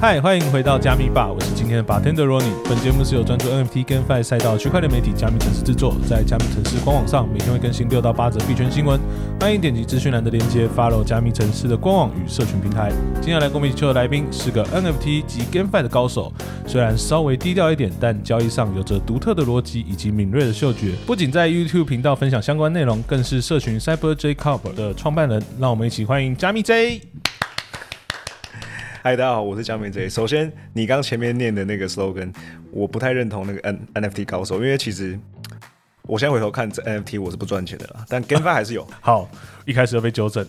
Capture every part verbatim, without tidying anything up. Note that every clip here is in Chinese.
嗨，欢迎回到加密吧，我是今天的 bartender Ronnie。本节目是由专注 N F T 跟 GameFi 赛道区块链媒体加密城市制作，在加密城市官网上每天会更新六到八则币圈新闻，欢迎点击资讯栏的链接 follow 加密城市的官网与社群平台。今天来跟我们一起的来宾是个 N F T 及 GameFi 的高手，虽然稍微低调一点，但交易上有着独特的逻辑以及敏锐的嗅觉。不仅在 YouTube 频道分享相关内容，更是社群 CyberJacob 的创办人。让我们一起欢迎加密 J。 嗨，大家好，我是江美 J。首先，你刚前面念的那个 slogan， 我不太认同那个 N NFT 高手，因为其实我现在回头看，这 N F T 我是不赚钱的啦，但 GameFi 还是有。 好，一开始就被纠正，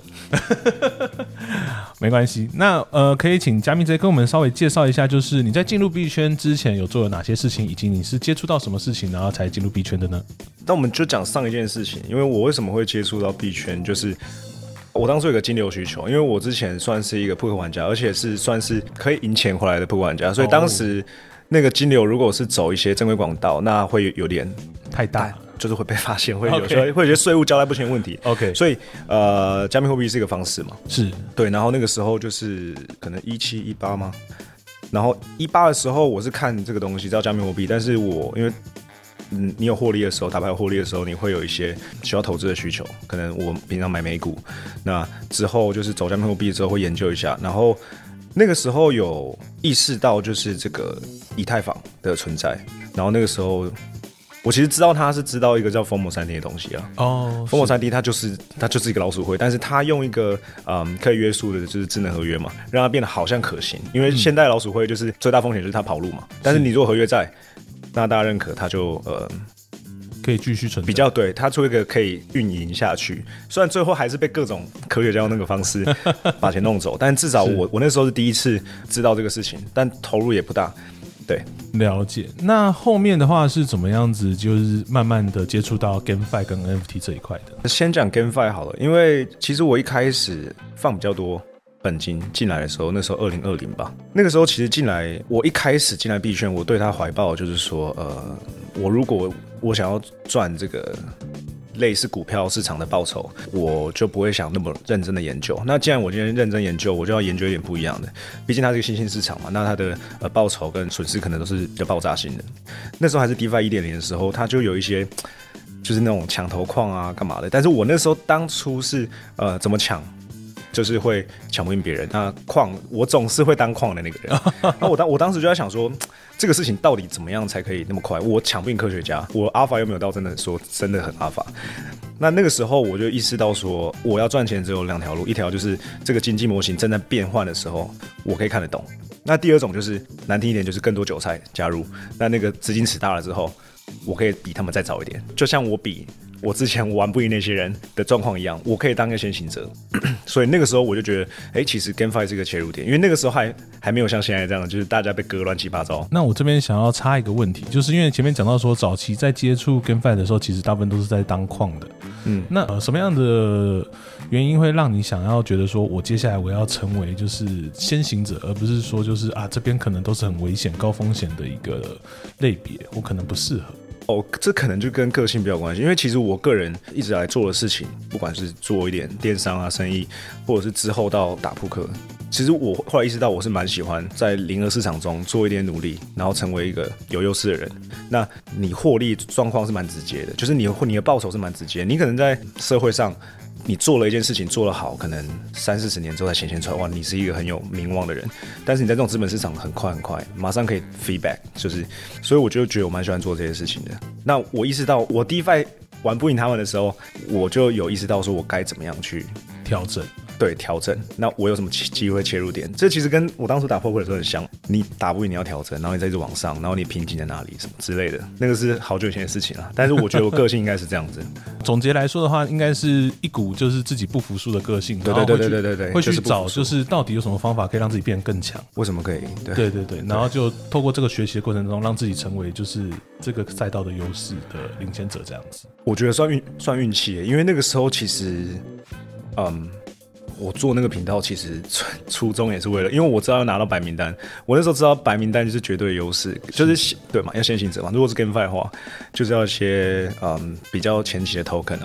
没关系。那呃，可以请加密 J 跟我们稍微介绍一下，就是你在进入币圈之前有做了哪些事情，以及你是接触到什么事情，然后才进入币圈的呢？ 那我们就讲上一件事情，因为我为什么会接触到币圈，就是我当初有个金流需求，因为我之前算是一个扑克玩家，而且是算是可以赢钱回来的扑克玩家，所以当时那个金流如果是走一些正规管道，那会有点太大了， 就是会被发现，会有些、okay. 会有些税务交代不清的问题。 OK， 所以呃，加密货币是一个方式嘛， 是对。然后那个时候就是可能一七一八吗？然后一八的时候我是看这个东西叫加密货币，但是我因为嗯，你有获利的时候，打牌有获利的时候，你会有一些需要投资的需求。可能我平常买美股，那之后就是走加密货币之后会研究一下。然后那个时候有意识到就是这个以太坊的存在。然后那个时候我其实知道他是知道一个叫 F O M O 三 D 的东西啊。哦 ，F O M O 三 D 它就是它就是一个老鼠会，但是它用一个嗯可以约束的就是智能合约嘛，让它变得好像可行。因为现代老鼠会就是最大风险就是它跑路嘛，但是你如果合约在。那大家认可，它就呃可以继续存在， 比较对，它出一个可以运营下去。虽然最后还是被各种科学家用那个方式把钱弄走，但至少我我那时候是第一次知道这个事情，但投入也不大。对， 了解。那后面的话是怎么样子？就是慢慢的接触到 GameFi 跟 N F T 这一块的。 先讲 GameFi 好了，因为其实我一开始放比较多本金进来的时候，那时候二零二零吧，那个时候其实进来，我一开始进来币圈，我对他怀抱就是说，呃，我如果我想要赚这个类似股票市场的报酬，我就不会想那么认真的研究。那既然我今天认真研究，我就要研究一点不一样的，毕竟它是一个新兴市场嘛，那它的呃报酬跟损失可能都是比较爆炸性的。那时候还是 DeFi 一点零 的时候，它就有一些就是那种抢头矿啊干嘛的，但是我那时候当初是呃怎么抢？就是会抢不赢别人，那矿我总是会当矿的那个人。那我当我当时就在想说，这个事情到底怎么样才可以那么快？我抢不赢科学家，我阿法又没有到真的说真的很阿法。那那个时候我就意识到说，我要赚钱只有两条路，一条就是这个经济模型正在变换的时候，我可以看得懂。那第二种就是难听一点，就是更多韭菜加入。那那个资金池大了之后，我可以比他们再早一点，就像我比。我之前玩不赢那些人的状况一样，我可以当个先行者，所以那个时候我就觉得，哎、欸，其实 GameFi 是一个切入点，因为那个时候还还没有像现在这样，就是大家被割乱七八糟。 那我这边想要插一个问题，就是因为前面讲到说，早期在接触 GameFi 的时候，其实大部分都是在当矿的，嗯，那、呃、什么样的原因会让你想要觉得说，我接下来我要成为就是先行者，而不是说就是啊这边可能都是很危险、高风险的一个类别，我可能不适合。 哦，这可能就跟个性比较有关系，因为其实我个人一直来做的事情，不管是做一点电商啊生意，或者是之后到打扑克，其实我后来意识到我是蛮喜欢在零和市场中做一点努力，然后成为一个有优势的人。那你获利状况是蛮直接的，就是你你的报酬是蛮直接的。你可能在社会上。你做了一件事情做得好，可能三四十年之后才显现出来，哇，你是一个很有名望的人。但是你在这种资本市场很快很快，马上可以 feedback， 就是，所以我就觉得我蛮喜欢做这些事情的。那我意识到我 DeFi 玩不赢他们的时候，我就有意识到说我该怎么样去调整。 对，调整。那我有什么机会切入点？这其实跟我当初打 poker 的时候很像。你打不赢，你要调整，然后你再一直往上，然后你瓶颈在哪里，什么之类的，那个是好久以前的事情了。但是我觉得我个性应该是这样子。 总结来说的话，应该是一股就是自己不服输的个性， 对对对对对对对， 会去找就是到底有什么方法可以让自己变得更强， 为什么可以？对对对对，然后就透过这个学习的过程中，让自己成为就是这个赛道的优势的领先者，这样子。 我觉得算运算运气，因为那个时候其实，嗯。我做那个频道其实初衷也是为了，因为我知道要拿到白名单，我那时候知道白名单就是绝对优势，就是对嘛，要先行者嘛。如果是 GameFi 的话，就是要一些嗯比较前期的 token 啊，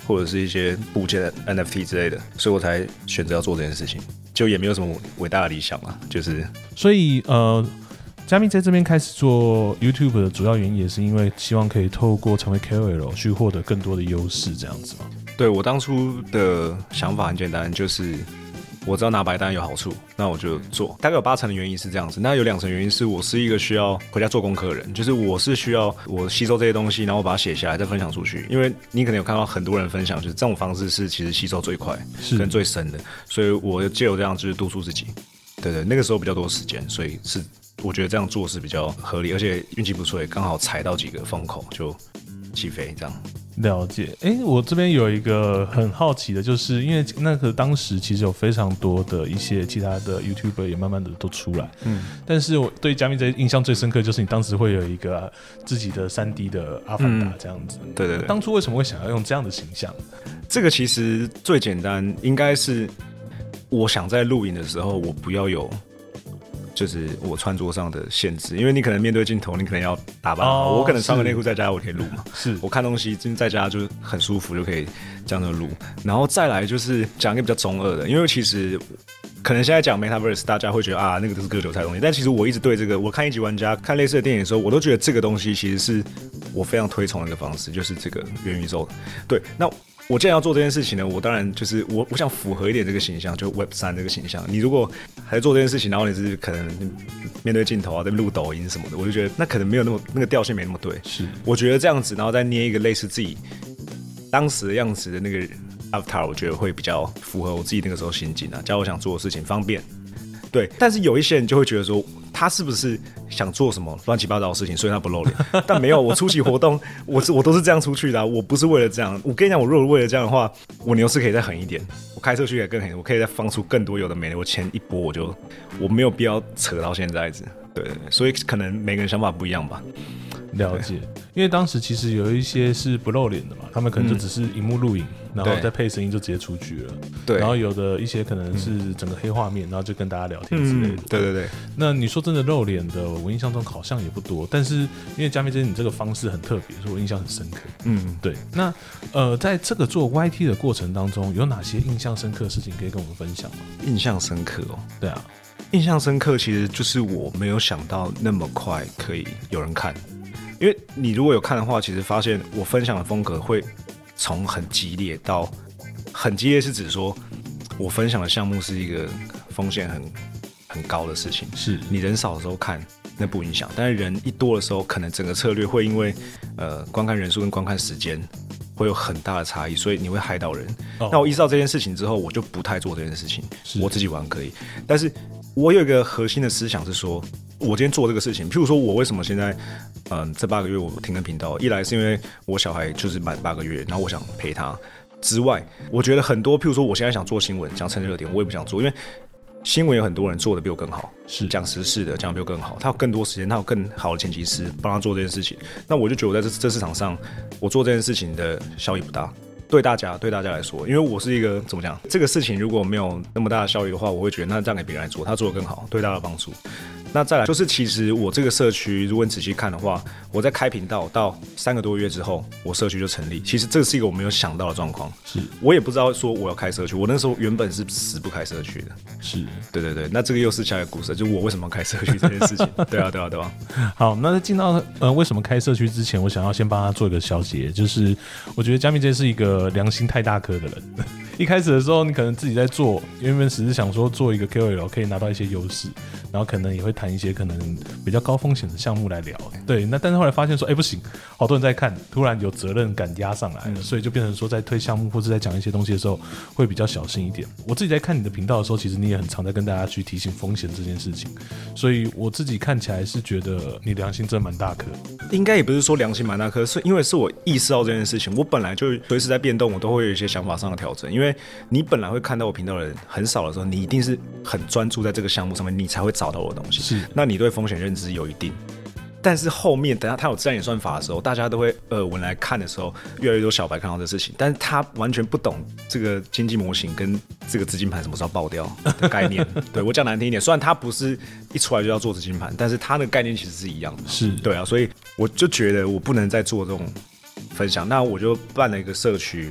或者是一些部件的 N F T 之类的，所以我才选择要做这件事情。就也没有什么伟大的理想啦，就是所以呃。加密在这边开始做 YouTube 的主要原因，也是因为希望可以透过成为 K O L 去获得更多的优势，这样子吗？ 对，我当初的想法很简单，就是我知道拿白单有好处，那我就做。大概有八成的原因是这样子，那有两成原因是我是一个需要回家做功课的人，就是我是需要我吸收这些东西，然后我把它写下来再分享出去。因为你可能有看到很多人分享，就是这种方式是其实吸收最快跟最深的，所以我借由这样就是督促自己。对对，那个时候比较多时间，所以是我觉得这样做是比较合理，而且运气不错，也刚好踩到几个风口就起飞这样。 了解，哎、欸，我这边有一个很好奇的，就是因为那个当时其实有非常多的一些其他的 YouTuber 也慢慢的都出来，嗯，但是我对加密这印象最深刻就是你当时会有一个自己的三 D 的阿凡达这样子，嗯、 对对对。 当初为什么会想要用这样的形象？ 这个其实最简单，应该是我想在录影的时候，我不要有。就是我穿着上的限制，因为你可能面对镜头，你可能要打扮好。Oh, 我可能穿个内裤在家，我可以录嘛。是我看东西，在家就很舒服，就可以这样的录。然后再来就是讲一个比较中二的，因为其实可能现在讲 Metaverse， 大家会觉得啊，那个都是割韭菜的东西。但其实我一直对这个，我看一级玩家看类似的电影的时候，我都觉得这个东西其实是我非常推崇的一个方式，就是这个元宇宙。对，那。我既然要做这件事情呢，我当然就是我，我想符合一点这个形象，就 Web 三 这个形象。你如果还在做这件事情，然后你是可能面对镜头啊，在录抖音什么的，我就觉得那可能没有那么那个调性没那么对。是，我觉得这样子，然后再捏一个类似自己当时的样子的那个 avatar， 我觉得会比较符合我自己那个时候心境啊，加我想做的事情方便。对，但是有一些人就会觉得说，他是不是想做什么乱七八糟的事情，所以他不露脸。但没有，我出席活动，我是我都是这样出去的、啊，我不是为了这样。我跟你讲，我如果为了这样的话，我牛市可以再狠一点，我开车去也更狠，我可以再放出更多有的没的。我前一波我就我没有必要扯到现在子，对对对，所以可能每个人想法不一样吧。 了解，因为当时其实有一些是不露脸的嘛，他们可能就只是荧幕录影、嗯，然后再配声音就直接出局了。对，然后有的一些可能是整个黑画面，然后就跟大家聊天之类的。嗯、对对对。那你说真的露脸的，我印象中好像也不多，但是因为加密这你这个方式很特别，所以我印象很深刻。嗯，对。那呃，在这个做 Y T 的过程当中，有哪些印象深刻的事情可以跟我们分享吗？ 印象深刻哦， 对啊， 印象深刻其实就是我没有想到那么快可以有人看。因为你如果有看的话，其实发现我分享的风格会从很激烈到很激烈，是指说我分享的项目是一个风险很很高的事情。是你人少的时候看那不影响，但是人一多的时候，可能整个策略会因为呃观看人数跟观看时间会有很大的差异，所以你会害到人。哦、那我意识到这件事情之后，我就不太做这件事情。我自己玩可以，但是我有一个核心的思想是说，我今天做这个事情，譬如说我为什么现在嗯这八个月我停更频道，一来是因为我小孩就是满八个月，然后我想陪他之外，我觉得很多譬如说我现在想做新闻，想蹭热点，我也不想做，因为新闻有很多人做的比我更好，是讲时事的讲的比我更好，他有更多时间，他有更好的前期师帮他做这件事情，那我就觉得我在 这, 这市场上我做这件事情的效益不大。对大家，对大家来说，因为我是一个怎么讲，这个事情如果没有那么大的效益的话，我会觉得那这样给别人来做，他做得更好，对大家的帮助。那再来就是，其实我这个社区，如果你仔细看的话，我在开频道到三个多月之后，我社区就成立。其实这是一个我没有想到的状况，是我也不知道说我要开社区，我那时候原本是死不开社区的。是，对对对，那这个又是下一个故事，就是我为什么要开社区这件事情。对啊，对啊，对啊。 好，那在进到呃为什么开社区之前，我想要先帮他做一个小结，就是我觉得加密这是一个良心太大颗的人。一开始的时候，你可能自己在做，原本只是想说做一个 K O L 可以拿到一些优势，然后可能也会谈一些可能比较高风险的项目来聊。对，那但是后来发现说，哎、欸、不行，好多人在看，突然有责任感压上来了、嗯，所以就变成说在推项目或者在讲一些东西的时候会比较小心一点。我自己在看你的频道的时候，其实你也很常在跟大家去提醒风险这件事情，所以我自己看起来是觉得你良心真蛮大颗。 应该也不是说良心蛮大颗，是因为是我意识到这件事情，我本来就随时在变动，我都会有一些想法上的调整，因为你本来会看到我频道的人很少的时候，你一定是很专注在这个项目上面，你才会找到我的东西。是，那你对风险认知有一定，但是后面等到他有自然演算法的时候，大家都会耳闻来看的时候，越来越多小白看到这事情，但是他完全不懂这个经济模型跟这个资金盘什么时候爆掉的概念。对，我讲难听一点，虽然他不是一出来就要做资金盘，但是他的概念其实是一样的。是，对啊，所以我就觉得我不能再做这种分享，那我就办了一个社区。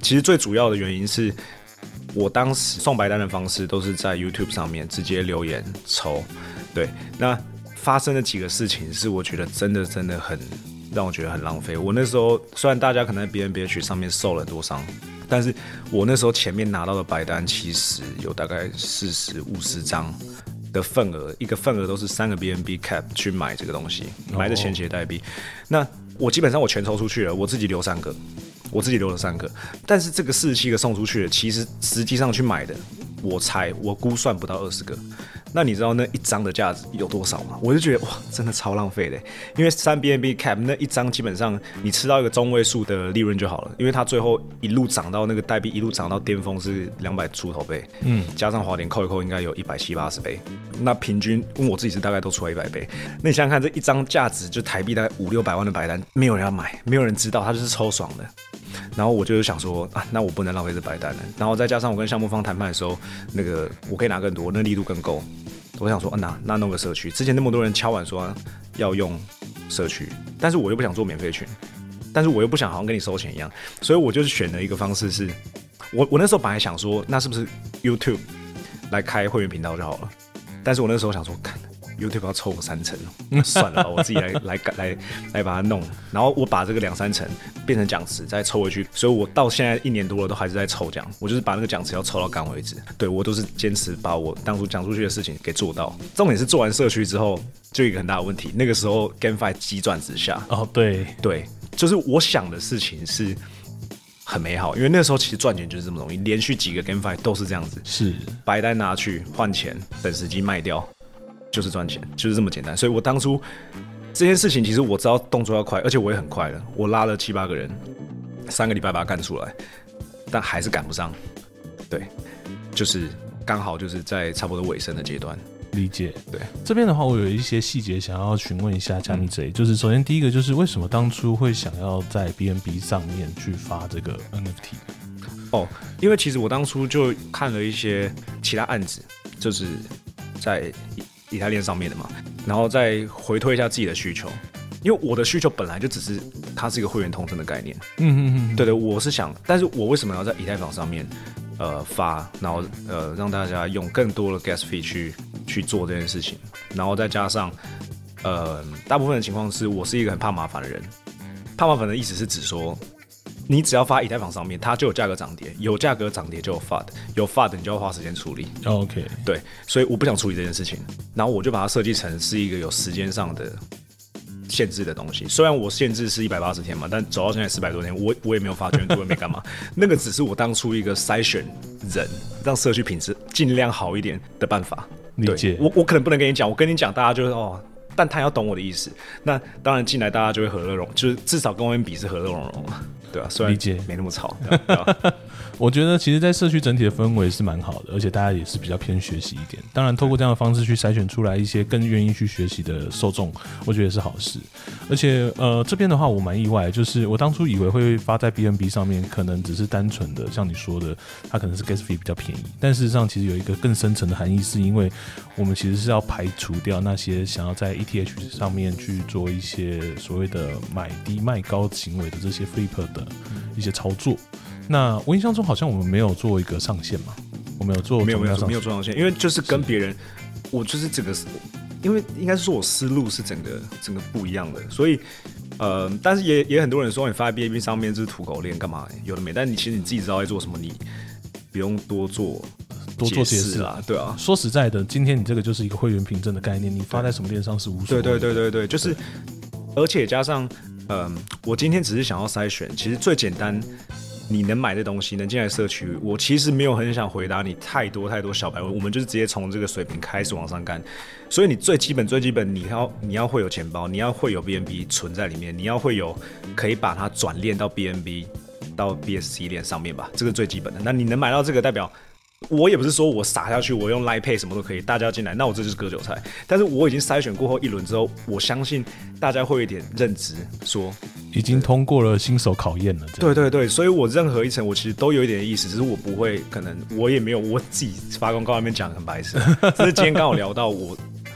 其实最主要的原因是我当时送白单的方式都是在 YouTube 上面直接留言抽，对，那发生了几个事情是我觉得真的真的很让我觉得很浪费。我那时候虽然大家可能在 B N B H 上面受了很多伤，但是我那时候前面拿到的白单其实有大概四十五十张的份额，一个份额都是三个 B N B cap 去买这个东西，买的钱携代币。那我基本上我全抽出去了，我自己留三个，我自己留了三个，但是这个四十七个送出去了，其实实际上去买的，我猜我估算不到二十个。那你知道那一张的价值有多少吗？我就觉得哇，真的超浪费的，因为三 B N B cap 那一张基本上你吃到一个中位数的利润就好了，因为它最后一路涨到那个代币一路涨到巅峰是两百出头倍，嗯，加上华联扣一扣应该有一百七八十倍，那平均因为我自己是大概都出来一百倍，那你想想看这一张价值就台币大概五六百万的白单，没有人要买，没有人知道，它就是抽爽的。然后我就是想说啊，那我不能浪费这白单了。然后再加上我跟项目方谈判的时候，那个我可以拿更多，那力度更够。我想说，啊、那那弄个社区。之前那么多人敲碗说、啊、要用社区，但是我又不想做免费群，但是我又不想好像跟你收钱一样，所以我就是选了一个方式是，我我那时候本来想说，那是不是 YouTube 来开会员频道就好了？但是我那时候想说，看。YouTube 要抽我三成，算了吧，我自己来来来来把它弄，然后我把这个两三成变成奖池再抽回去，所以我到现在一年多了都还是在抽奖，我就是把那个奖池要抽到干为止。对我都是坚持把我当初讲出去的事情给做到。重点是做完社区之后，就有一个很大的问题，那个时候 GameFi 急转直下。 哦，对对，就是我想的事情是。很美好，因为那时候其实赚钱就是这么容易，连续几个 GameFi 都是这样子， 是白单拿去换钱，等时机卖掉。就是赚钱，就是这么简单。所以我当初这件事情，其实我知道动作要快，而且我也很快了。我拉了七八个人，三个礼拜把它干出来，但还是赶不上。对，就是刚好就是在差不多尾声的阶段。 理解。 对， 这边的话，我有一些细节想要询问一下加密贼，就是首先第一个就是为什么当初会想要在 B N B 上面去发这个 N F T？ 哦，因为其实我当初就看了一些其他案子，就是在。以太链上面的嘛，然后再回推一下自己的需求，因为我的需求本来就只是它是一个会员通证的概念，嗯嗯嗯，对对，我是想，但是我为什么要在以太坊上面呃发，然后呃让大家用更多的 gas fee 去去做这件事情，然后再加上呃大部分的情况是我是一个很怕麻烦的人，怕麻烦的意思是指说。你只要发以太坊上面，它就有价格涨跌，有价格涨跌就有 F U D， 有 F U D 你就要花时间处理。 OK， 对，所以我不想处理这件事情，然后我就把它设计成是一个有时间上的限制的东西。虽然我限制是一百八十天嘛，但走到现在四百多天，我我也没有发捐助，我也没干嘛。那个只是我当初一个筛选人，让社区品质尽量好一点的办法。 理解。 我我可能不能跟你讲，我跟你讲，大家就是哦。但他要懂我的意思，那当然进来大家就会和乐融，就是至少跟外面比是和乐融融嘛，对吧、啊？虽然没那么吵，对吧？ 我觉得其实，在社区整体的氛围是蛮好的，而且大家也是比较偏学习一点。当然，透过这样的方式去筛选出来一些更愿意去学习的受众，我觉得是好事。而且，呃，这边的话我蛮意外，就是我当初以为会发在 B N B 上面，可能只是单纯的像你说的，它可能是 gas fee 比较便宜，但事实上其实有一个更深层的含义，是因为我们其实是要排除掉那些想要在 E T H 上面去做一些所谓的买低卖高行为的这些 flipper 的一些操作。那我印象中好像我们没有做一个上限嘛，我们有做没有没有没有做上限，因为就是跟别人，我就是整个，因为应该是说我思路是整个整个不一样的，所以呃，但是也也很多人说你发在 B N B 上面就是土狗链干嘛有的没，但你其实你自己知道在做什么，你不用多做。 多做解释啦，对啊。 说实在的，今天你这个就是一个会员凭证的概念，你发在什么链上是无所谓的。 对对对对对，就是，而且加上，嗯，我今天只是想要筛选，其实最简单，你能买的东西，能进来社区，我其实没有很想回答你太多太多小白问，我们就是直接从这个水平开始往上干。所以你最基本最基本，你要你要会有钱包，你要会有 B N B 存在里面，你要会有可以把它转链到 B N B 到 B S C 链上面吧，这个最基本的。那你能买到这个，代表。我也不是说我撒下去，我用 Line Pay 什么都可以，大家要进来，那我这就是割韭菜。但是我已经筛选过后一轮之后，我相信大家会有一点认知，说已经通过了新手考验了。 对对对，所以我任何一层我其实都有一点意思，只是我不会，可能我也没有我自己发公告那边讲很白痴。只是今天刚好聊到我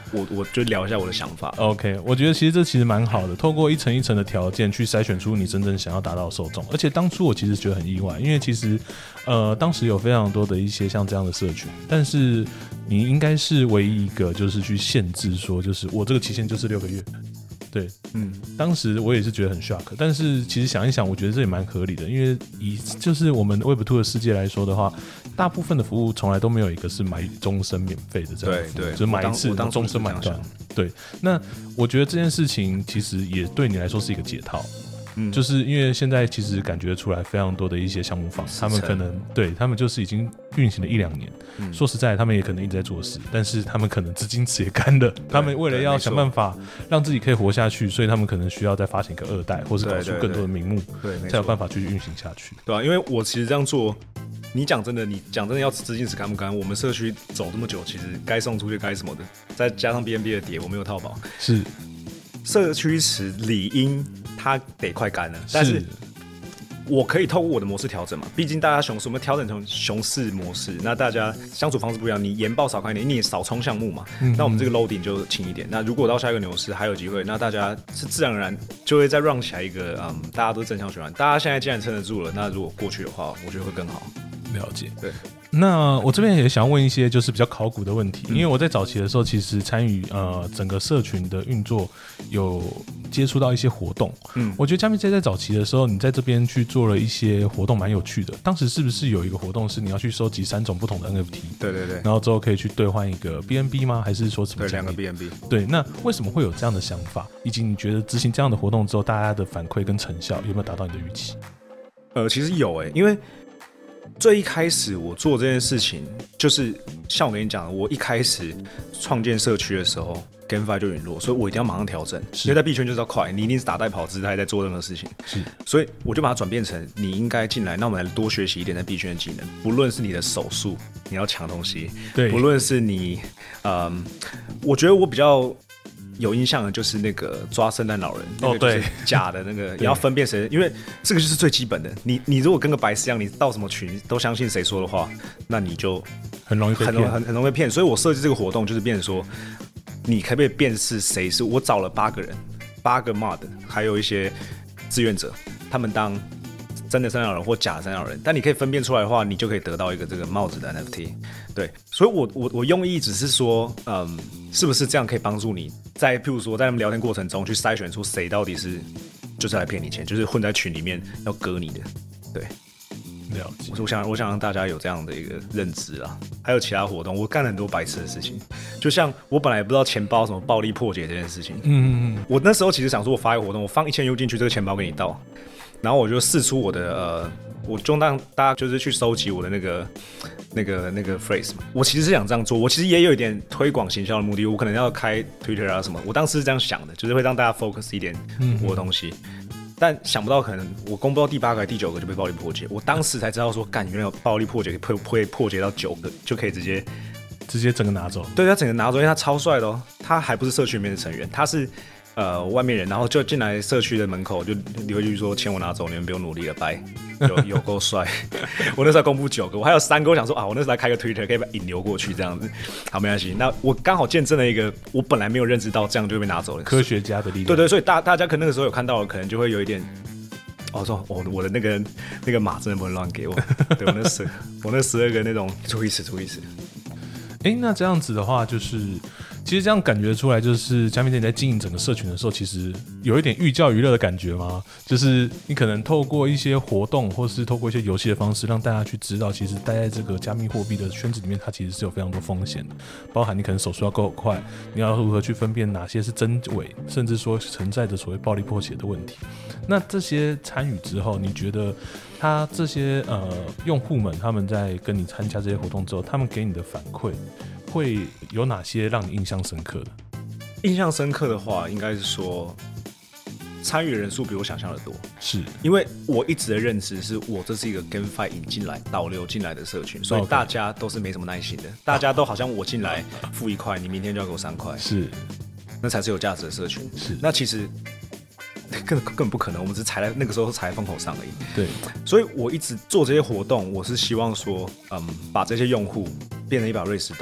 我我就聊一下我的想法。 OK， 我觉得其实这其实蛮好的，透过一层一层的条件去筛选出你真正想要达到的受众。而且当初我其实觉得很意外，因为其实呃当时有非常多的一些像这样的社群，但是你应该是唯一一个就是去限制说，就是我这个期限就是六个月。对，嗯，当时我也是觉得很 shock， 但是其实想一想，我觉得这也蛮合理的，因为以就是我们 Web 二 的世界来说的话，大部分的服务从来都没有一个是买终身免费的这样的服务， 对对， 就是买一次终身买断。对，那我觉得这件事情其实也对你来说是一个解套。嗯，就是因为现在其实感觉出来非常多的一些项目方，他们可能对他们就是已经运行了一两年、嗯。说实在，他们也可能一直在做事，但是他们可能资金池也干了。他们为了要想办法让自己可以活下去，所以他们可能需要再发行一个二代，或是搞出更多的名目，对对对，才有办法继续运行下去。 对啊，因为我其实这样做，你讲真的，你讲真的要资金池干不干？我们社区走这么久，其实该送出去该什么的，再加上 B N B 的碟，我没有套保， 是社区池理应。它得快干了，但是我可以透过我的模式调整嘛。毕竟大家熊市，我们调整成熊市模式，那大家相处方式不一样，你研报少看一点，你也少冲项目嘛、嗯。那我们这个 loading 就轻一点。那如果到下一个牛市还有机会，那大家是自然而然就会再 run 起来一个，嗯，大家都正向循环。大家现在既然撑得住了，那如果过去的话，我觉得会更好。 了解， 对。 那我这边也想要问一些就是比较考古的问题，因为我在早期的时候其实参与呃整个社群的运作，有接触到一些活动。嗯，我觉得加密街在早期的时候，你在这边去做了一些活动，蛮有趣的。当时是不是有一个活动是你要去收集三种不同的 N F T？ 对对对， 然后之后可以去兑换一个 B N B 吗？还是说什么？ 对，两个 B N B。 对，那为什么会有这样的想法？以及你觉得执行这样的活动之后，大家的反馈跟成效有没有达到你的预期？ 呃，其实有诶、欸，因为。最一开始我做这件事情，就是像我跟你讲，我一开始创建社区的时候 ，GameFi 就陨落，所以我一定要马上调整，因为在币圈就是要快，你一定是打带跑姿态在做任何事情，是，所以我就把它转变成你应该进来，那我们来多学习一点在币圈的技能，不论是你的手速，你要抢东西，对，不论是你，嗯，我觉得我比较。有印象的就是那个抓圣诞老人，那个就是假的那个，也要分辨谁，因为这个就是最基本的。你你如果跟个白痴一样，你到什么群都相信谁说的话，那你就很容易被骗， 很很很容易被骗。所以我设计这个活动就是变成说，你可不可以辨识谁是？我找了八个人，八个 mod， 还有一些志愿者，他们当真的圣诞老人或假的圣诞老人，但你可以分辨出来的话，你就可以得到一个这个帽子的 N F T。对，所以我我我用意只是说，嗯，是不是这样可以帮助你在譬如说在他们聊天过程中去筛选出谁到底是就是来骗你钱，就是混在群里面要割你的。对， 了解。 我想我想让大家有这样的一个认知啊。还有其他活动，我干了很多白痴的事情，就像我本来也不知道钱包什么暴力破解这件事情。嗯嗯嗯。我那时候其实想说，我发一个活动，我放一千 U 进去，这个钱包给你盗。然后我就释出我的呃，我就让大家就是去收集我的那个、那个、那个 phrase 嘛。我其实是想这样做，我其实也有一点推广行销的目的，我可能要开 Twitter 啊什么。我当时是这样想的，就是会让大家 focus 一点我的东西。嗯、但想不到可能我公布到第八个、第九个就被暴力破解，我当时才知道说，干原来有暴力破解可以会破解到九个，就可以直接直接整个拿走。 对，他整个拿走，因为他超帅的哦，他还不是社区里面的成员，他是。呃，外面人，然后就进来社区的门口，就你会去说钱我拿走，你们不用努力了，拜，有有够帅。我那时候公布九个，我还有三个，我想说啊，我那时候来开个 Twitter 可以把引流过去这样子，好没关系。那我刚好见证了一个我本来没有认知到这样就被拿走了， 科学家的力量。 对对，所以大大家可能那个时候有看到，可能就会有一点，哦说哦我的那个那个码真的不能乱给我，对我那十我那十二个那种注意词注意词。 哎，那这样子的话，就是其实这样感觉出来，就是加密店在经营整个社群的时候，其实有一点寓教于乐的感觉吗？就是你可能透过一些活动，或是透过一些游戏的方式，让大家去知道，其实待在这个加密货币的圈子里面，它其实是有非常多风险的，包含你可能手速要够快，你要如何去分辨哪些是真伪，甚至说存在着所谓暴力破解的问题。那这些参与之后，你觉得他这些呃用户们他们在跟你参加这些活动之后，他们给你的反馈会有哪些让你印象深刻的？ 印象深刻的话，应该是说参与人数比我想象的多， 是因为我一直的认知是我这是一个 GameFi 引进来导流进来的社群，所以大家都是没什么耐心的， okay. 大家都好像我进来付一块，你明天就要给我三块， 是， 那才是有价值的社群。 是， 那其实根根本不可能，我们只是踩在那个时候踩在风口上而已。 对， 所以我一直做这些活动，我是希望说，嗯，把这些用户变成一把瑞士刀，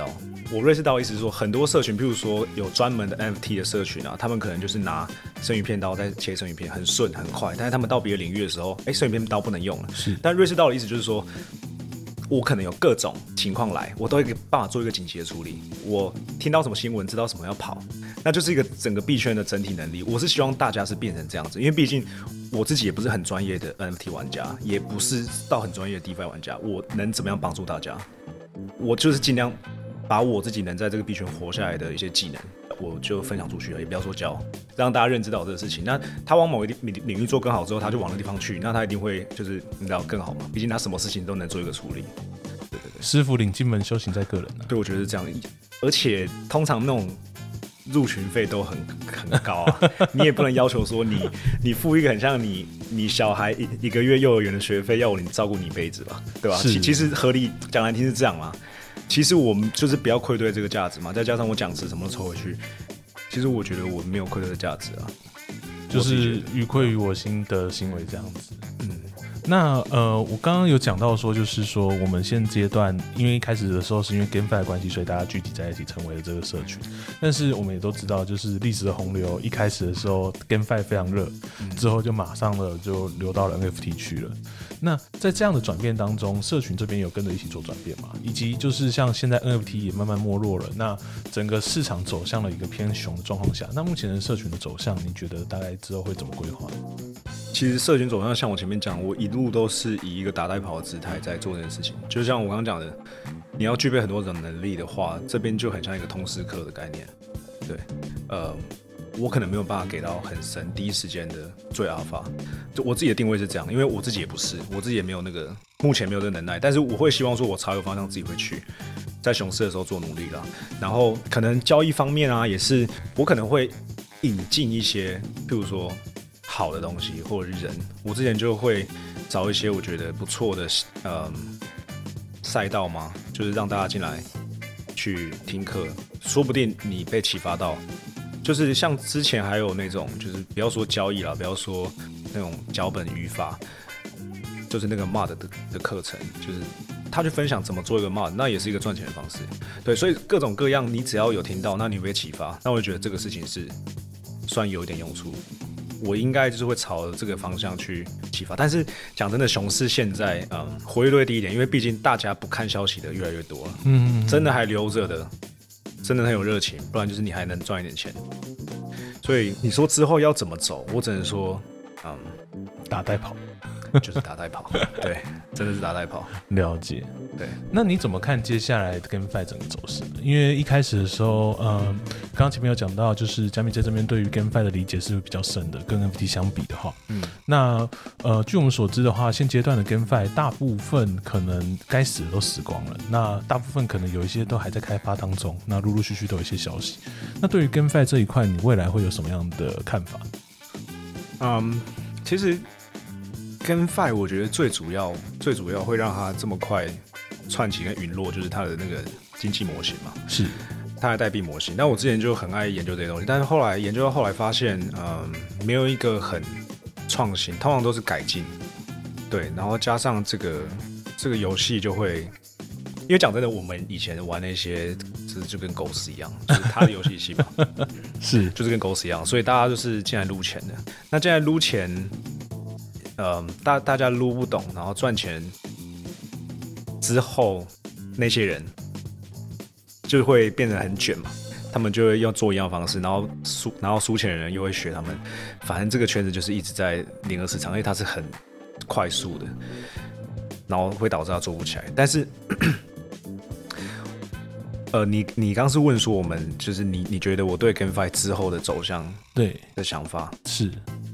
我认识到的意思是说，很多社群，譬如说有专门的 N F T 的社群啊，他们可能就是拿生鱼片刀在切生鱼片，很顺很快。但是他们到别的领域的时候，哎，生鱼片刀不能用了。 是， 但瑞士刀的意思就是说，我可能有各种情况来，我都有办法做一个紧急的处理。我听到什么新闻，知道什么要跑，那就是一个整个币圈的整体能力。我是希望大家是变成这样子，因为毕竟我自己也不是很专业的 N F T 玩家，也不是到很专业的 DeFi 玩家，我能怎么样帮助大家？我就是尽量把我自己能在这个币圈活下来的一些技能，我就分享出去了，也不要说教，让大家认知到这个事情。那他往某一领域做更好之后，他就往那个地方去，那他一定会就是你知道更好嘛？毕竟他什么事情都能做一个处理。对对对， 师傅领进门，修行在个人啊。 对，我觉得是这样。而且通常那种入群费都很很高啊，你也不能要求说你你付一个很像你你小孩 一, 一个月幼儿园的学费，要我你照顾你一辈子吧，对吧？其其实合理讲难听是这样嘛。其实我们就是不要愧对这个价值嘛，再加上我讲词什么都抽回去，其实我觉得我没有愧对的价值啊， 就是于愧于我心的行为这样子。嗯，那呃，我刚刚有讲到说，就是说我们现阶段，因为一开始的时候是因为 GameFi 的关系，所以大家聚集在一起成为了这个社群。但是我们也都知道，就是历史的洪流，一开始的时候 GameFi 非常热，之后就马上了就流到了 N F T 去了。那在这样的转变当中，社群这边有跟着一起做转变吗？以及就是像现在 N F T 也慢慢没落了，那整个市场走向了一个偏熊的状况下，那目前的社群的走向，你觉得大概之后会怎么规划？ 其实社群走向像我前面讲，我一路都是以一个打带跑的姿态在做这件事情。就像我刚刚讲的，你要具备很多种能力的话，这边就很像一个通识课的概念。对，呃。我可能没有办法给到很神第一时间的最阿法，就我自己的定位是这样，因为我自己也不是，我自己也没有那个，目前没有这个能耐，但是我会希望说我朝一个方向自己会去，在熊市的时候做努力啦。然后可能交易方面啊，也是我可能会引进一些，譬如说好的东西或者是人，我之前就会找一些我觉得不错的呃赛道嘛，就是让大家进来去听课，说不定你被启发到。就是像之前还有那种，就是不要说交易啦，不要说那种脚本语法，就是那个 mod 的, 的课程，就是他去分享怎么做一个 mod， 那也是一个赚钱的方式。对，所以各种各样，你只要有听到，那你被启发，那我就觉得这个事情是算有一点用处。我应该就是会朝这个方向去启发。但是讲真的，熊市现在嗯活跃度会低一点，因为毕竟大家不看消息的越来越多了，嗯，真的还留着的。真的很有热情，不然就是你还能赚一点钱。所以你说之后要怎么走，我只能说，嗯， 打带跑， 就是打带跑，对，真的是打带跑。 了解， 对。 那你怎么看接下来的 GameFi 整个走势呢？因为一开始的时候，嗯，刚刚前面有讲到，就是佳明在这边对于 GameFi 的理解是比较深的，跟 N F T 相比的话，嗯，那呃，据我们所知的话，现阶段的 GameFi 大部分可能该死的都死光了，那大部分可能有一些都还在开发当中，那陆陆续续都有一些消息。那对于 GameFi 这一块，你未来会有什么样的看法？ 嗯，其实 GameFi 我觉得最主要、最主要会让它这么快窜起跟陨落，就是它的那个经济模型嘛， 是它的代币模型。那我之前就很爱研究这些东西，但是后来研究到后来发现，嗯，没有一个很创新，通常都是改进，对，然后加上这个这个游戏就会，因为讲真的，我们以前玩那些，就是就跟狗屎一样，就是它的游戏系嘛， 是就是跟狗屎一样，所以大家就是进来撸钱的。那进来撸钱，呃，大大家撸不懂，然后赚钱之后，那些人就会变得很卷嘛。他们就会用做一样的方式，然后输，然后输钱的人又会学他们。反正这个圈子就是一直在零和市场，因为它是很快速的，然后会导致它做不起来。但是，呃，你你刚是问说我们就是你你觉得我对 GameFi 之后的走向对的想法是？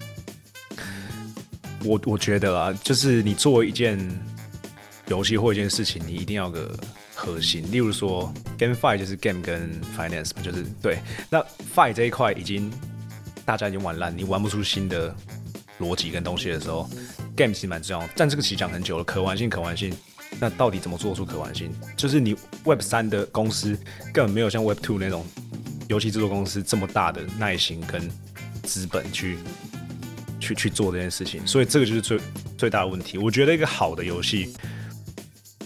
我我觉得啊，就是你做一件游戏或一件事情，你一定要有个核心。例如说 GameFi 就是 Game 跟 Finance， 就是对。那 Fi 这一块已经大家已经玩烂，你玩不出新的逻辑跟东西的时候 ，Game 其实蛮重要。但这个其实讲很久了，可玩性，可玩性。那到底怎么做出可玩性？就是你 Web 三 的公司根本没有像 Web 二 那种游戏制作公司这么大的耐心跟资本去去去做这件事情，所以这个就是最最大的问题。我觉得一个好的游戏，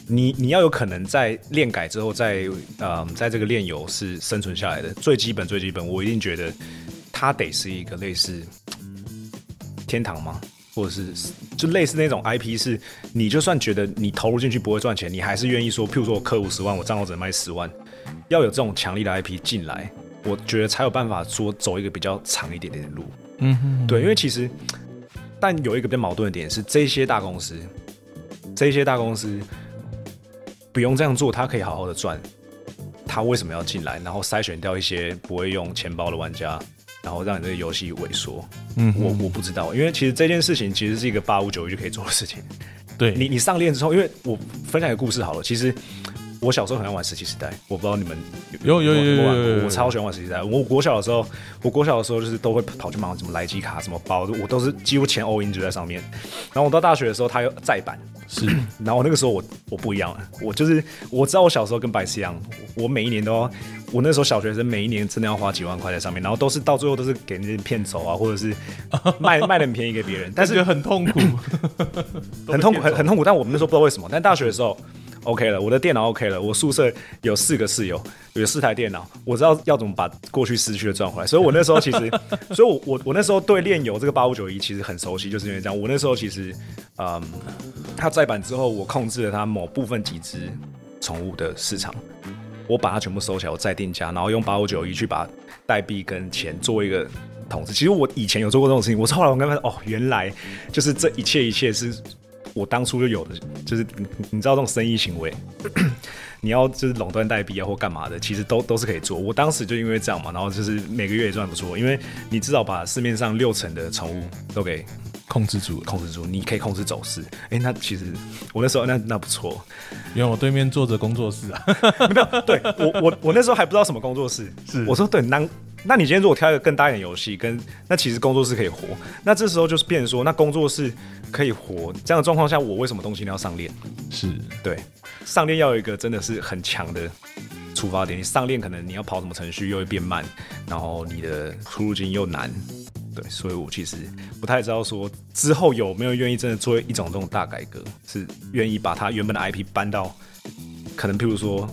你你要有可能在链改之后在，呃，在这个链游是生存下来的，最基本最基本，我一定觉得它得是一个类似天堂吗？或者是就类似那种 I P， 是你就算觉得你投入进去不会赚钱，你还是愿意说，譬如说我氪五十万，我账号只能卖十万，要有这种强力的 I P 进来，我觉得才有办法说走一个比较长一点点的路。嗯哼，对，因为其实，但有一个比较矛盾的点是，这些大公司，这些大公司不用这样做，他可以好好的赚，他为什么要进来，然后筛选掉一些不会用钱包的玩家？然后让你这个游戏萎缩，嗯，我我不知道，因为其实这件事情其实是一个八五九一就可以做的事情。 对你，你上链之后，因为我分享一个故事好了，其实我小时候很爱玩石器时代，我不知道你们有有有有有有， 我超喜欢玩石器时代。我国小的时候，我国小的时候就是都会跑去买什么莱基卡、什么包，我都是几乎钱 all in 就在上面。然后我到大学的时候，它有再版， 是， 然后那个时候我我不一样了，我就是我知道我小时候跟白痴一样，我每一年都要。我那时候小学生，每一年真的要花几万块在上面，然后都是到最后都是给那些骗走啊，或者是卖卖的很便宜给别人，但是很痛苦， 很痛苦，很很痛苦。但我们那时候不知道为什么，但大学的时候 OK 了，我的电脑 OK 了，我宿舍有四个室友，有四台电脑，我知道要怎么把过去失去的赚回来。所以我那时候其实，所以我我我那时候对链游这个八五九一其实很熟悉，就是因为这样。我那时候其实，嗯，它再版之后，我控制了它某部分几只宠物的市场。我把它全部收起来，我再定价，然后用八五九一去把代币跟钱做一个统治。其实我以前有做过这种事情，我后来我刚发现，哦，原来就是这一切一切是我当初就有的，就是你你知道这种生意行为，你要就是垄断代币啊或干嘛的，其实都都是可以做。我当时就因为这样嘛，然后就是每个月也赚不错，因为你至少把市面上六成的宠物都给控制住， 控制住，你可以控制走势。哎，那其实我那时候那那不错， 因为我对面坐着工作室啊， 没有，对我我我那时候还不知道什么工作室，是我说对，那那你今天如果挑一个更大一点的游戏，跟那其实工作室可以活，那这时候就是变成说，那工作室可以活这样的状况下，我为什么东西要上链？是对，上链要有一个真的是很强的出发点，你上链可能你要跑什么程序又会变慢，然后你的出入金又难。对，所以我其实不太知道说之后有没有愿意真的做一种这种大改革，是愿意把它原本的 I P 搬到可能譬如说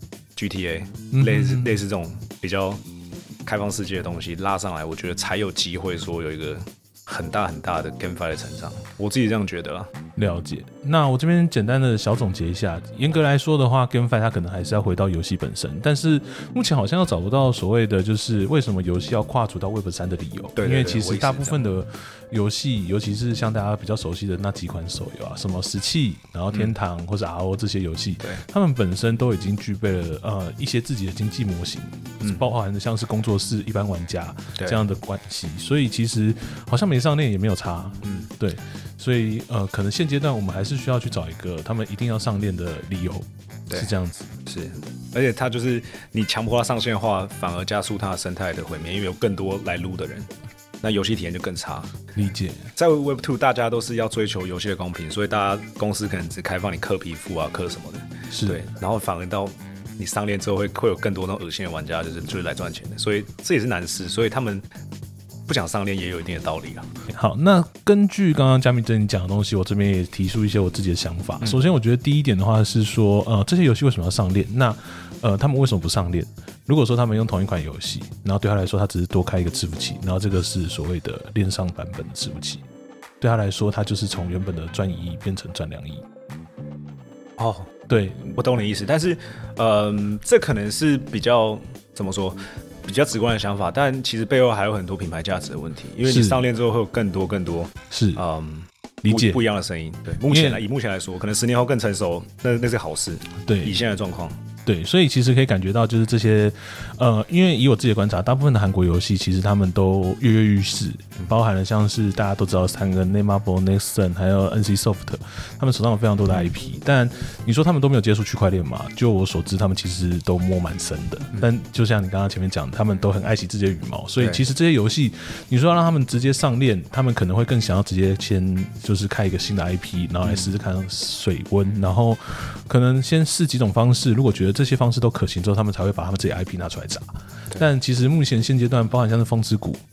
G T A、嗯、类似类似这种比较开放世界的东西拉上来，我觉得才有机会说有一个很大很大的 GameFi 的成长，我自己这样觉得啦。 了解。那我这边简单的小总结一下，严格来说的话 GameFi 它可能还是要回到游戏本身，但是目前好像又找不到所谓的就是为什么游戏要跨足到 Web 三 的理由。对对对，因为其实大部分的游戏，尤其是像大家比较熟悉的那几款手游啊，什么石器，然后天堂、嗯、或者 R O 这些游戏，他们本身都已经具备了呃一些自己的经济模型，嗯、包含的像是工作室、一般玩家这样的关系，所以其实好像没上链也没有差。嗯，对，所以呃可能现阶段我们还是需要去找一个他们一定要上链的理由，是这样子。 是，而且它就是你强迫它上线的话，反而加速它的生态的毁灭，因为有更多来撸的人。那游戏体验就更差。 理解。 在 Web 二 大家都是要追求游戏的公平，所以大家公司可能只开放你氪皮肤啊、氪什么的，是对。然后反而到你上链之后会会有更多那种恶心的玩家，就是就是来赚钱的，所以这也是难事。所以他们不想上链也有一定的道理啊。 好，那根据刚刚嘉明真你讲的东西，我这边也提出一些我自己的想法。嗯、首先，我觉得第一点的话是说，呃，这些游戏为什么要上链？那呃，他们为什么不上链？如果说他们用同一款游戏，然后对他来说，他只是多开一个伺服器，然后这个是所谓的链上版本的伺服器，对他来说，他就是从原本的赚一亿变成赚两亿。 哦， 对， 我懂你意思，但是，呃，这可能是比较怎么说？比较直观的想法，但其实背后还有很多品牌价值的问题，因为你上链之后会有更多更多是嗯理解不, 不一样的声音。对，目前来以目前来说，可能十年后更成熟，那那是好事。 对， 以现在的状况。 对，所以其实可以感觉到，就是这些，呃，因为以我自己的观察，大部分的韩国游戏其实他们都跃跃欲试，包含了像是大家都知道三个 Netmarble、Nexon 还有 N C Soft， 他们手上有非常多的 I P， 但你说他们都没有接触区块链嘛？就我所知，他们其实都摸蛮深的。但就像你刚刚前面讲，他们都很爱惜自己的羽毛，所以其实这些游戏，你说要让他们直接上链，他们可能会更想要直接先就是开一个新的 I P， 然后来试试看水温，然后可能先试几种方式，如果觉得这些方式都可行之后，他们才会把他们自己 I P 拿出来砸。但其实目前现阶段，包含像是风之谷，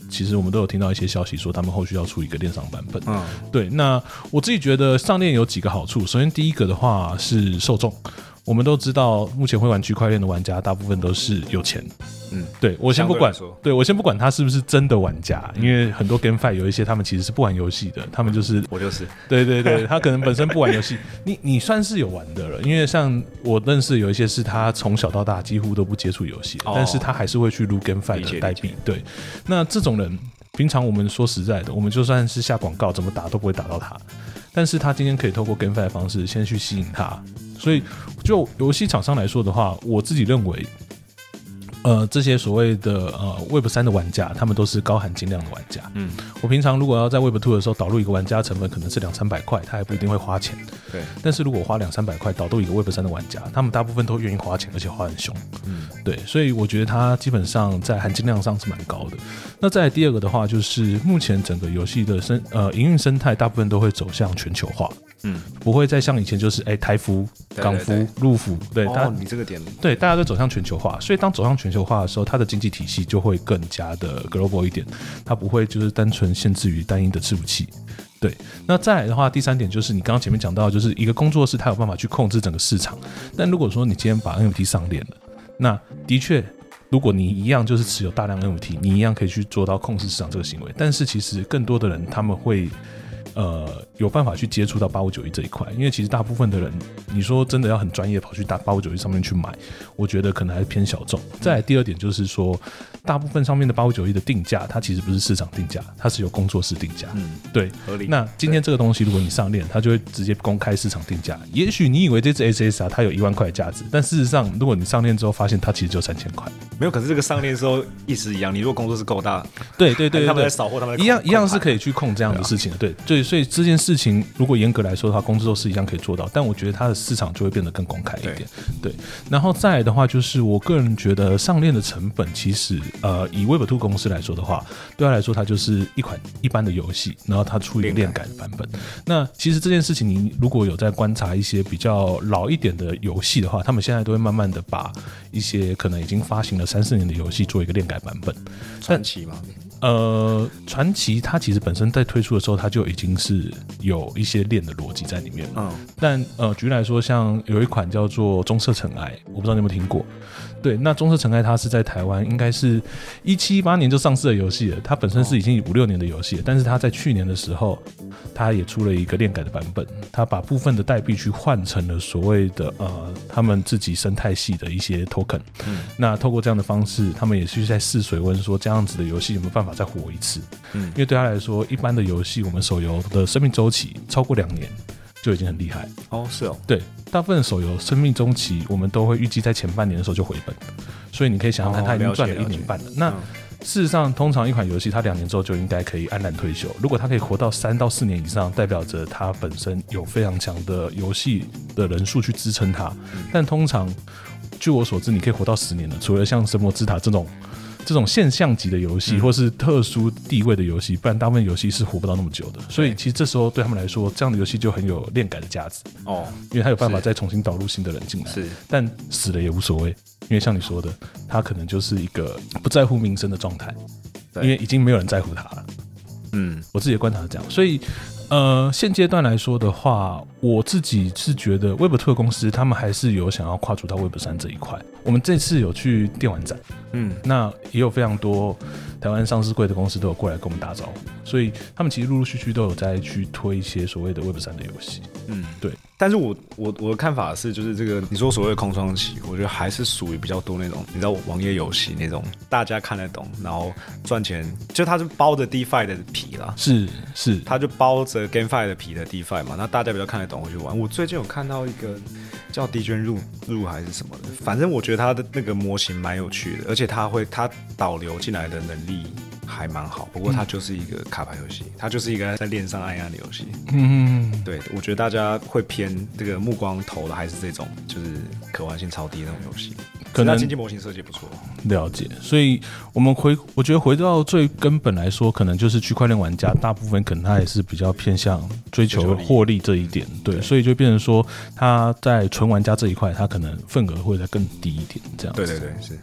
其实我们都有听到一些消息说他们后续要出一个链上版本。 嗯， 对，那我自己觉得上链有几个好处，首先第一个的话是受众。我们都知道，目前会玩区块链的玩家大部分都是有钱。嗯，对我先不管，对我先不管他是不是真的玩家，因为很多 GameFi 有一些他们其实是不玩游戏的，他们就是我就是， 对对对，他可能本身不玩游戏，你你算是有玩的了，因为像我认识有一些是他从小到大几乎都不接触游戏，哦，但是他还是会去撸 GameFi 的代币。对，那这种人，平常我们说实在的，我们就算是下广告怎么打都不会打到他，但是他今天可以透过 GameFi 的方式先去吸引他。所以，就游戏厂商来说的话，我自己认为，呃，这些所谓的呃 Web 三的玩家，他们都是高含金量的玩家。嗯，我平常如果要在 Web 二的时候导入一个玩家成本可能是两三百块，他还不一定会花钱。对。但是如果花两三百块导入一个 Web 三的玩家，他们大部分都愿意花钱，而且花很凶。嗯，对。所以我觉得他基本上在含金量上是蛮高的。那再来第二个的话，就是目前整个游戏的生呃营运生态大部分都会走向全球化。嗯，不会再像以前就是哎、欸、台服、港服、陆服，对， 哦，你这个点， 对，大家都走向全球化，所以当走向全球化的时候，它的经济体系就会更加的 global 一点，它不会就是单纯限制于单一的伺服器。对，那再来的话，第三点就是你刚刚前面讲到，就是一个工作室它有办法去控制整个市场，但如果说你今天把 N F T 上链了，那的确。如果你一样就是持有大量 N F T， 你一样可以去做到控制市场这个行为，但是其实更多的人他们会呃有办法去接触到八五九一这一块，因为其实大部分的人，你说真的要很专业跑去打八五九一上面去买，我觉得可能还是偏小众。再来第二点就是说，大部分上面的八五九一的定价，它其实不是市场定价，它是由工作室定价。嗯，对，合理。那今天这个东西如果你上链，它就会直接公开市场定价。也许你以为这只 S S R 它有一万块的价值，但事实上，如果你上链之后发现它其实只有三千块。 没有，可是这个上链之后意思一样，你如果工作室够大， 对对 对, 對， 他们在扫货，他们一样一样是可以去控这样的事情的。对对，所以这件事情如果严格来说的话，工作室一样可以做到，但我觉得它的市场就会变得更公开一点。对，對然后再来的话，就是我个人觉得上链的成本，其实呃，以 Web 二 公司来说的话，对他来说，它就是一款一般的游戏，然后它出一个链改的版本。那其实这件事情，你如果有在观察一些比较老一点的游戏的话，他们现在都会慢慢的把一些可能已经发行了三四年的游戏做一个链改版本。 传奇吗？ 呃，传奇它其实本身在推出的时候，它就已经是有一些链的逻辑在里面了。嗯，但呃，举例来说，像有一款叫做《棕色尘埃》，我不知道你有没有听过。对，那棕色尘埃它是在台湾应该是一七一八年就上市的游戏了，它本身是已经五六年的游戏了，但是它在去年的时候，它也出了一个链改的版本，它把部分的代币去换成了所谓的呃他们自己生态系的一些 token。嗯，那透过这样的方式，他们也是在试水温，说这样子的游戏有没有办法再活一次？嗯，因为对他来说，一般的游戏我们手游的生命周期超过两年就已经很厉害哦，是哦， 对。大部分的手游生命周期，我们都会预计在前半年的时候就回本，所以你可以想想看，它已经赚了一年半了。了那、嗯、事实上，通常一款游戏它两年之后就应该可以安然退休。如果它可以活到三到四年以上，代表着它本身有非常强的游戏的人数去支撑它。嗯、但通常，据我所知，你可以活到十年的，除了像《神魔之塔》这种。这种现象级的游戏，嗯、或是特殊地位的游戏，不然大部分游戏是活不到那么久的。所以其实这时候对他们来说，这样的游戏就很有链改的价值哦，因为他有办法再重新导入新的人进来。是，但死了也无所谓，因为像你说的，他可能就是一个不在乎名声的状态，因为已经没有人在乎他了。嗯，我自己的观察是这样，所以。呃，现阶段来说的话，我自己是觉得 Web 二 公司他们还是有想要跨出到 Web 三这一块。我们这次有去电玩展，嗯，那也有非常多台湾上市柜的公司都有过来跟我们打招呼，所以他们其实陆陆续续都有在去推一些所谓的 Web 三的游戏。嗯，对。 但是我我我的看法是，就是这个你说所谓的空窗期，我觉得还是属于比较多那种，你知道网页游戏那种大家看得懂，然后赚钱，就它是包着 DeFi 的皮啦， 是是， 它就包着 GameFi 的皮的 DeFi 嘛，那大家比较看得懂会去玩。我最近有看到一个叫迪娟入入还是什么的，反正我觉得它的那个模型蛮有趣的，而且它会它导流进来的能力还蛮好，不过它就是一个卡牌游戏，它就是一个在链上按按的游戏。嗯，对，我觉得大家会偏这个目光投的还是这种，就是可玩性超低的那种游戏。可能经济模型设计不错， 了解。所以我们回，我觉得回到最根本来说，可能就是区块链玩家大部分可能他也是比较偏向追求获利这一点，对，对所以就变成说他在纯玩家这一块，他可能份额会再更低一点，这样子。 对对对，是。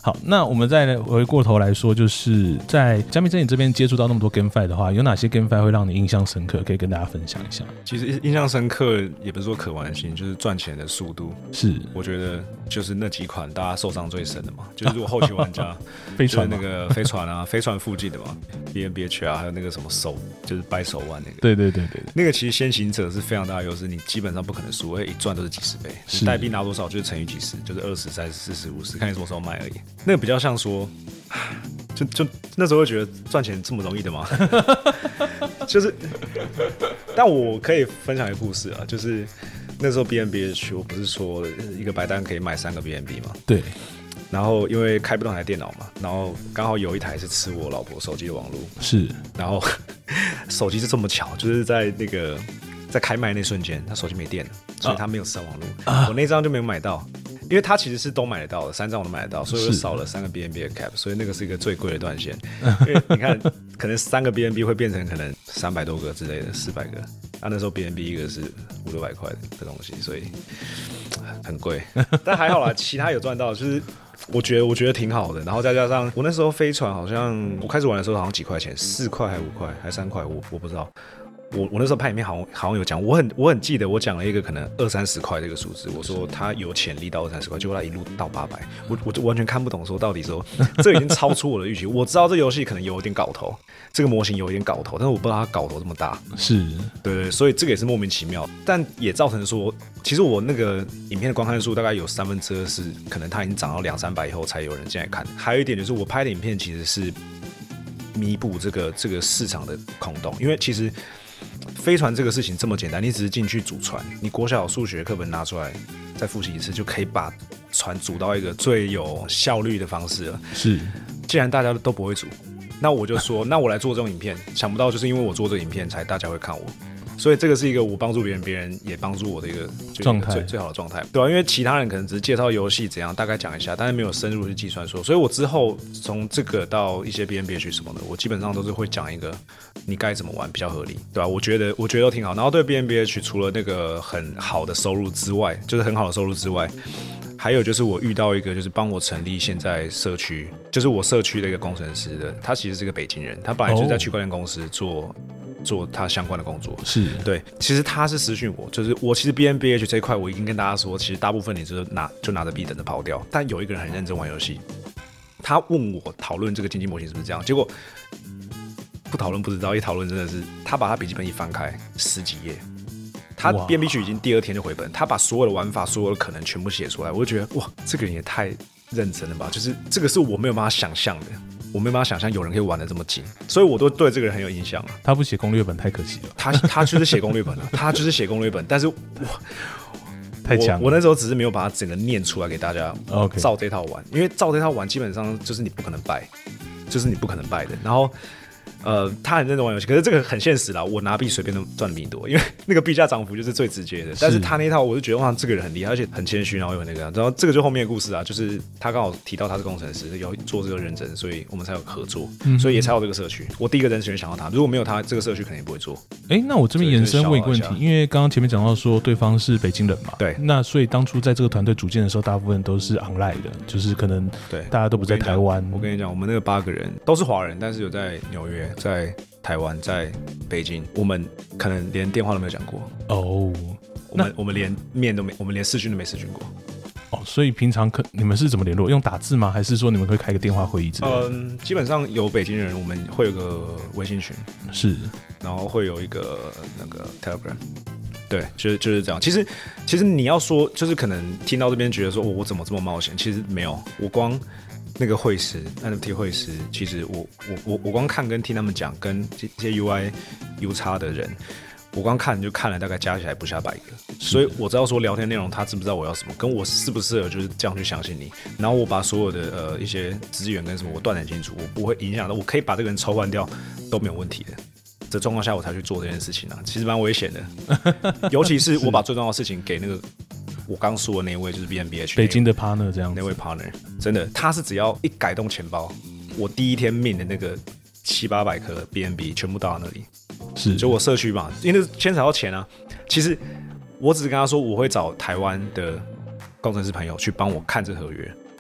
好，那我们再回过头来说，就是在加密阵营这边接触到那么多 GameFi 的话，有哪些 GameFi 会让你印象深刻？可以跟大家分享一下。 其实印象深刻也不是说可玩性，就是赚钱的速度。 是， 我觉得就是那几款大家受伤最深的嘛，就是如果后期玩家飞船就是那个飞船啊，飞船附近的嘛 ，B N B H 啊，还有那个什么手，就是掰手腕那个。 对对对 对, 对， 那个其实先行者是非常大的优势，你基本上不可能输，因为一赚都是几十倍，你代币拿多少就是乘以几十，就是二十、三十、四十、五十，看你什么时候卖而已。那个比较像说，就就那时候会觉得赚钱这么容易的吗？就是，但我可以分享一个故事啊，就是那时候 B N B H 我不是说一个白单可以买三个 B N B 吗？ 对。 然后因为开不动台电脑嘛，然后刚好有一台是吃我老婆手机的网络， 是， 然后手机是这么巧，就是在那个在开卖那瞬间，他手机没电了，所以他没有吃到网络，啊、我那张就没有买到。因为它其实是都买得到的，三张我都买得到，所以我就少了三个 B N B 的 cap， 所以那个是一个最贵的断线。因为你看，可能三个 B N B 会变成可能三百多个之类的，四百个。啊，那时候 B N B 一个是五六百块的东西，所以很贵。但还好啦，其他有赚到，就是我觉得我觉得挺好的。然后再加上我那时候飞船好像我开始玩的时候好像几块钱，四块还五块还三块，我我不知道。我我那时候拍影片好像好像有讲，我很我很记得我讲了一个可能二三十块这个数字，我说他有潜力到二三十块，结果他一路到八百，我我就完全看不懂说到底说这已经超出我的预期。我知道这游戏可能有点搞头，这个模型有一点搞头，但是我不知道它搞头这么大。 是， 对对，所以这个也是莫名其妙，但也造成说，其实我那个影片的观看数大概有三分之二是可能它已经涨到两三百以后才有人进来看。还有一点就是我拍的影片其实是弥补这个这个市场的空洞，因为其实。飞船这个事情这么简单，你只是进去组船，你国小数学课本拿出来再复习一次，就可以把船组到一个最有效率的方式了。 是， 既然大家都不会组，那我就说，那我来做这种影片，想不到就是因为我做这个影片，才大家会看我。所以这个是一个我帮助别人，别人也帮助我的一个状态，最最好的状态，对吧、啊？因为其他人可能只是介绍游戏怎样，大概讲一下，但是没有深入去计算说。所以我之后从这个到一些 B N B H 什么的，我基本上都是会讲一个你该怎么玩比较合理，对吧、啊？我觉得我觉得都挺好。然后对 B N B H 除了那个很好的收入之外，就是很好的收入之外。还有就是我遇到一个就是帮我成立现在社区，就是我社区的一个工程师的，他其实是个北京人，他本来就是在区块链公司做。Oh.做他相关的工作是对，其实他是私讯我，就是我其实 B N B H 这一块我已经跟大家说，其实大部分你就是拿就拿着币等着跑掉，但有一个人很认真玩游戏，他问我讨论这个经济模型是不是这样，结果不讨论不知道，一讨论真的是他把他笔记本一翻开十几页，他 B N B H 已经第二天就回本，他把所有的玩法所有的可能全部写出来，我就觉得哇，这个人也太认真了吧，就是这个是我没有办法想象的。我没办法想象有人可以玩得这么紧，所以我都对这个人很有印象啊。 他不写攻略本太可惜了。 他他就是写攻略本了，他就是写攻略本，但是我太强了。 我那时候只是没有把它整个念出来给大家， okay. 照这套玩，因为照这套玩基本上就是你不可能败，就是你不可能败的。然后。呃，他很认真玩游戏，可是这个很现实啦。我拿币随便都赚的比你多，因为那个币价涨幅就是最直接的。但是他那套，我就觉得哇，这个人很厉害，而且很谦虚，然后又很那个。然后这个就后面的故事啊，就是他刚好提到他是工程师，要做这个认真，所以我们才有合作，嗯、所以也才有这个社区。我第一个人选想到他，如果没有他，这个社区可能也不会做。 哎、欸，那我这边延伸问一个问题，因为刚刚前面讲到说对方是北京人嘛， 对， 那所以当初在这个团队组建的时候，大部分都是 online 的，就是可能对大家都不在台湾。 我跟你讲，我们那个八个人都是华人，但是有在纽约，在。台湾在北京，我们可能连电话都没有讲过哦。Oh, 我们我们连面都没，我们连视讯都没视讯过。 哦，所以平常可你们是怎么联络？用打字吗？还是说你们会开个电话会议之类的？ 嗯，基本上有北京人，我们会有个微信群， 是， 然后会有一个那个 Telegram。对，就是就是这样。其实其实你要说，就是可能听到这边觉得说，哦，我怎么这么冒险？其实没有，我光。那个会师 N F T 会师，其实我我我我光看跟听他们讲，跟这些 U I U X 的人，我光看就看了大概加起来不下百个，所以我知道说聊天内容他知不知道我要什么，跟我适不适合就是这样去相信你，然后我把所有的呃一些资源跟什么我断得很清楚，我不会影响到，我可以把这个人抽换掉都没有问题的。这状况下我才去做这件事情啊，其实蛮危险的，尤其是我把最重要的事情给那个。我刚说的那位就是 B N B H 北京的 partner 这样子， 那位 partner 真的，他是只要一改动钱包，我第一天命的那个七八百颗 B N B 全部到那里， 是就我社区嘛，因为牵扯到钱啊。其实我只是跟他说我会找台湾的工程师朋友去帮我看这合约，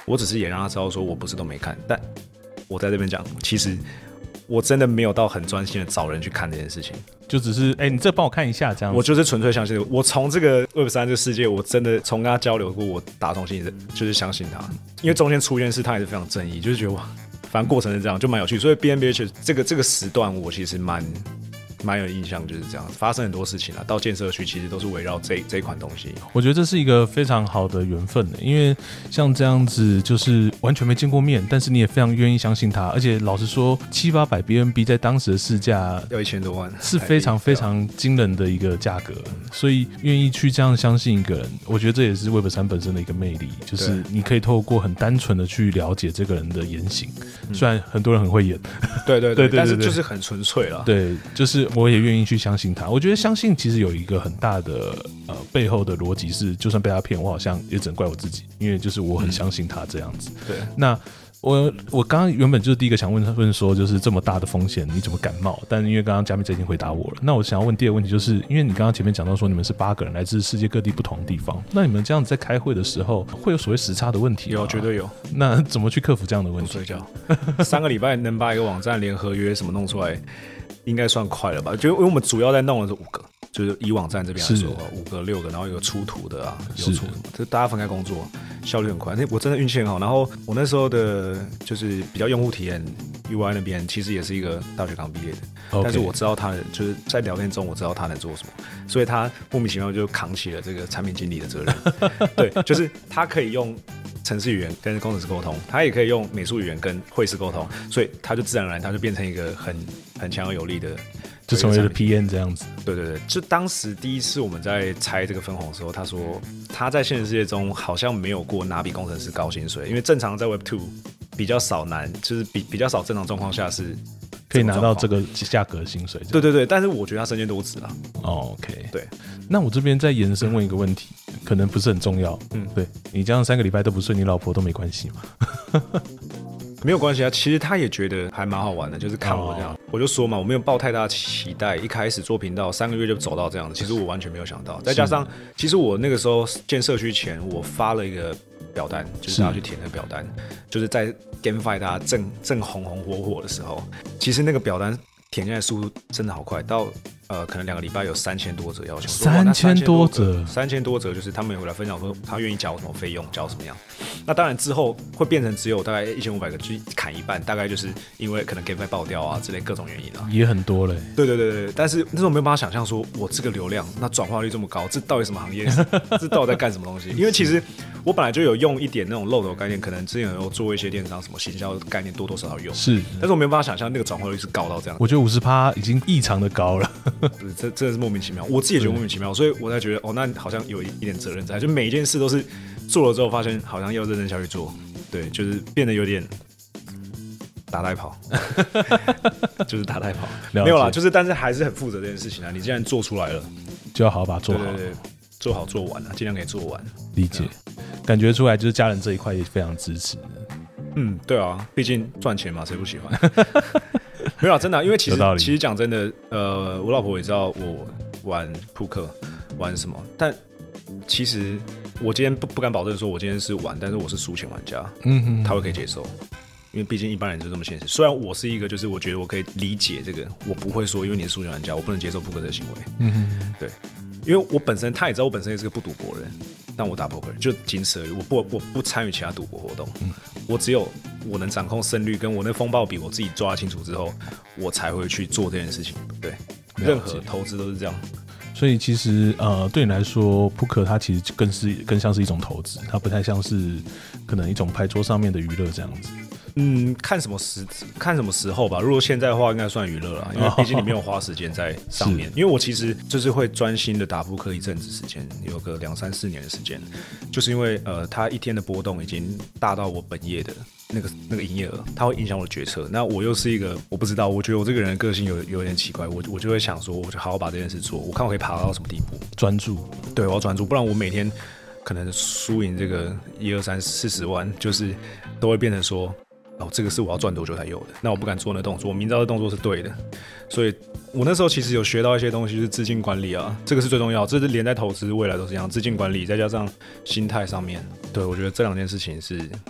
我只是也让他知道说我不是都没看，但我在这边讲，其实我真的没有到很专心的找人去看这件事情， 就只是哎、欸，你这帮我看一下这样子。 我就是纯粹相信，我从这个 Web 三 这个世界，我真的从跟他交流过，我打从心里就是相信他，因为中间出现事他也是非常正义，就是觉得哇，反正过程是这样，就蛮有趣。所以 B N B H 这个这个时段，我其实蛮。蛮有印象，就是这样发生很多事情啊。到建设区其实都是围绕这这一款东西。 我觉得这是一个非常好的缘分的，因为像这样子就是完全没见过面，但是你也非常愿意相信他，而且老实说，七八百 B N B 在当时的市价要一千多万， 是非常非常惊人的一个价格，所以愿意去这样相信一个人，我觉得这也是 Web 三 本身的一个魅力，就是你可以透过很单纯的去了解这个人的言行，嗯、虽然很多人很会演， 对对 对, 对, 对, 对, 对，但是就是很纯粹啦。 对，就是我也愿意去相信他。我觉得相信其实有一个很大的呃背后的逻辑是，就算被他骗，我好像也只能怪我自己，因为就是我很相信他这样子。嗯、对，那我我刚刚原本就是第一个想问问说，就是这么大的风险你怎么感冒？但因为刚刚嘉密仔已经回答我了，那我想要问第二个问题，就是因为你刚刚前面讲到说你们是八个人来自世界各地不同的地方，那你们这样子在开会的时候会有所谓时差的问题吗？ 有，绝对有。 那怎么去克服这样的问题？ 睡觉，三个礼拜能把一个网站连合约什么弄出来，应该算快了吧？就因为我们主要在弄的是五个。就是以网站这边来说，五个六个，然后有出图的啊，有出什么，就大家分开工作，效率很快。我真的运气很好。然后我那时候的就是比较用户体验 U I 那边，其实也是一个大学刚毕业的， okay. 但是我知道他就是在聊天中，我知道他能做什么，所以他莫名其妙就扛起了这个产品经理的责任。对，就是他可以用程式语言跟工程师沟通，他也可以用美术语言跟绘师沟通，所以他就自然而然他就变成一个很很强而有力的。 就成为了 P M 这样子。 对对对，就当时第一次我们在拆这个分红的时候，他说他在现实世界中好像没有过拿比工程师高薪水，因为正常在 Web 二 比较少难，就是比比较少正常状况下是可以拿到这个价格的薪水。 对对对，但是我觉得他身兼多职啊。 哦 ，OK， 对。 那我这边再延伸问一个问题，可能不是很重要。嗯，对你这样三个礼拜都不睡，你老婆都没关系吗？ 没有关系啊，其实他也觉得还蛮好玩的，就是看我这样，哦、我就说嘛，我没有抱太大期待，一开始做频道三个月就走到这样子，其实我完全没有想到。再加上，其实我那个时候建社区前，我发了一个表单，就是大家去填那个表单，就是在 GameFi 大家正正红红火火的时候，其实那个表单填进来速度真的好快，到呃可能两个礼拜有三千多则要求， 三千多则， 三千多则就是他们有来分享说他愿意缴什么费用，缴什么样。那当然之后会变成只有大概一千五百个，去砍一半，大概就是因为可能 GameFi 爆掉啊之类各种原因啊， 也很多嘞。 对对对对，但是那时候没有办法想象说，我这个流量，那转化率这么高，这到底什么行业？这到底在干什么东西？因为其实我本来就有用一点那种漏斗概念，可能之前有做一些电商什么行销概念，多多少少用。是，但是我没有办法想象那个转化率是高到这样。 我觉得五十趴已经异常的高了， 不是，这真的是莫名其妙。我自己也觉得莫名其妙，所以我才觉得哦，那好像有一点责任在，就每一件事都是做了之后，发现好像要认真下去做。对，就是变得有点打带跑，就是打带跑，没有啦，就是但是还是很负责这件事情啊。你既然做出来了， 就要好好把它做好， 对对对，做好做完啊，尽量可以做完。 理解，感觉出来就是家人这一块也非常支持。 嗯，对啊，毕竟赚钱嘛，谁不喜欢？没有啦，真的、啊，因为其实其实讲真的，呃，我老婆也知道我玩扑克玩什么，但其实。我今天 不, 不敢保证说我今天是玩，但是我是输钱玩家，嗯哼，他会可以接受，因为毕竟一般人就这么现实。虽然我是一个，就是我觉得我可以理解这个，我不会说因为你是输钱玩家，我不能接受扑克的行为，嗯哼，对，因为我本身他也知道我本身也是个不赌博人，但我打扑克就仅此而已，我不我不参与其他赌博活动，嗯，我只有我能掌控胜率，跟我那风暴比我自己抓清楚之后，我才会去做这件事情，对，任何投资都是这样。 所以其实呃，对你来说，扑克它其实更是更像是一种投资，它不太像是可能一种牌桌上面的娱乐这样子。 嗯，看什么时看什么时候吧。如果现在的话，应该算娱乐啦，因为毕竟你没有花时间在上面。因为我其实就是会专心的打扑克一阵子时间，有个两三四年的时间，就是因为呃，它一天的波动已经大到我本业的那个那个营业额，它会影响我的决策。那我又是一个我不知道，我觉得我这个人的个性有有点奇怪，我我就会想说，我就好好把这件事做，我看我可以爬到什么地步。 专注， 对，我要专注，不然我每天可能输赢这个一二三四十万，就是都会变成说。哦，这个是我要赚多久才有的，那我不敢做那动作，我明知道这动作是对的，所以我那时候其实有学到一些东西，就是资金管理啊，这个是最重要，这是连带投资未来都是一样，资金管理再加上心态上面，对我觉得这两件事情是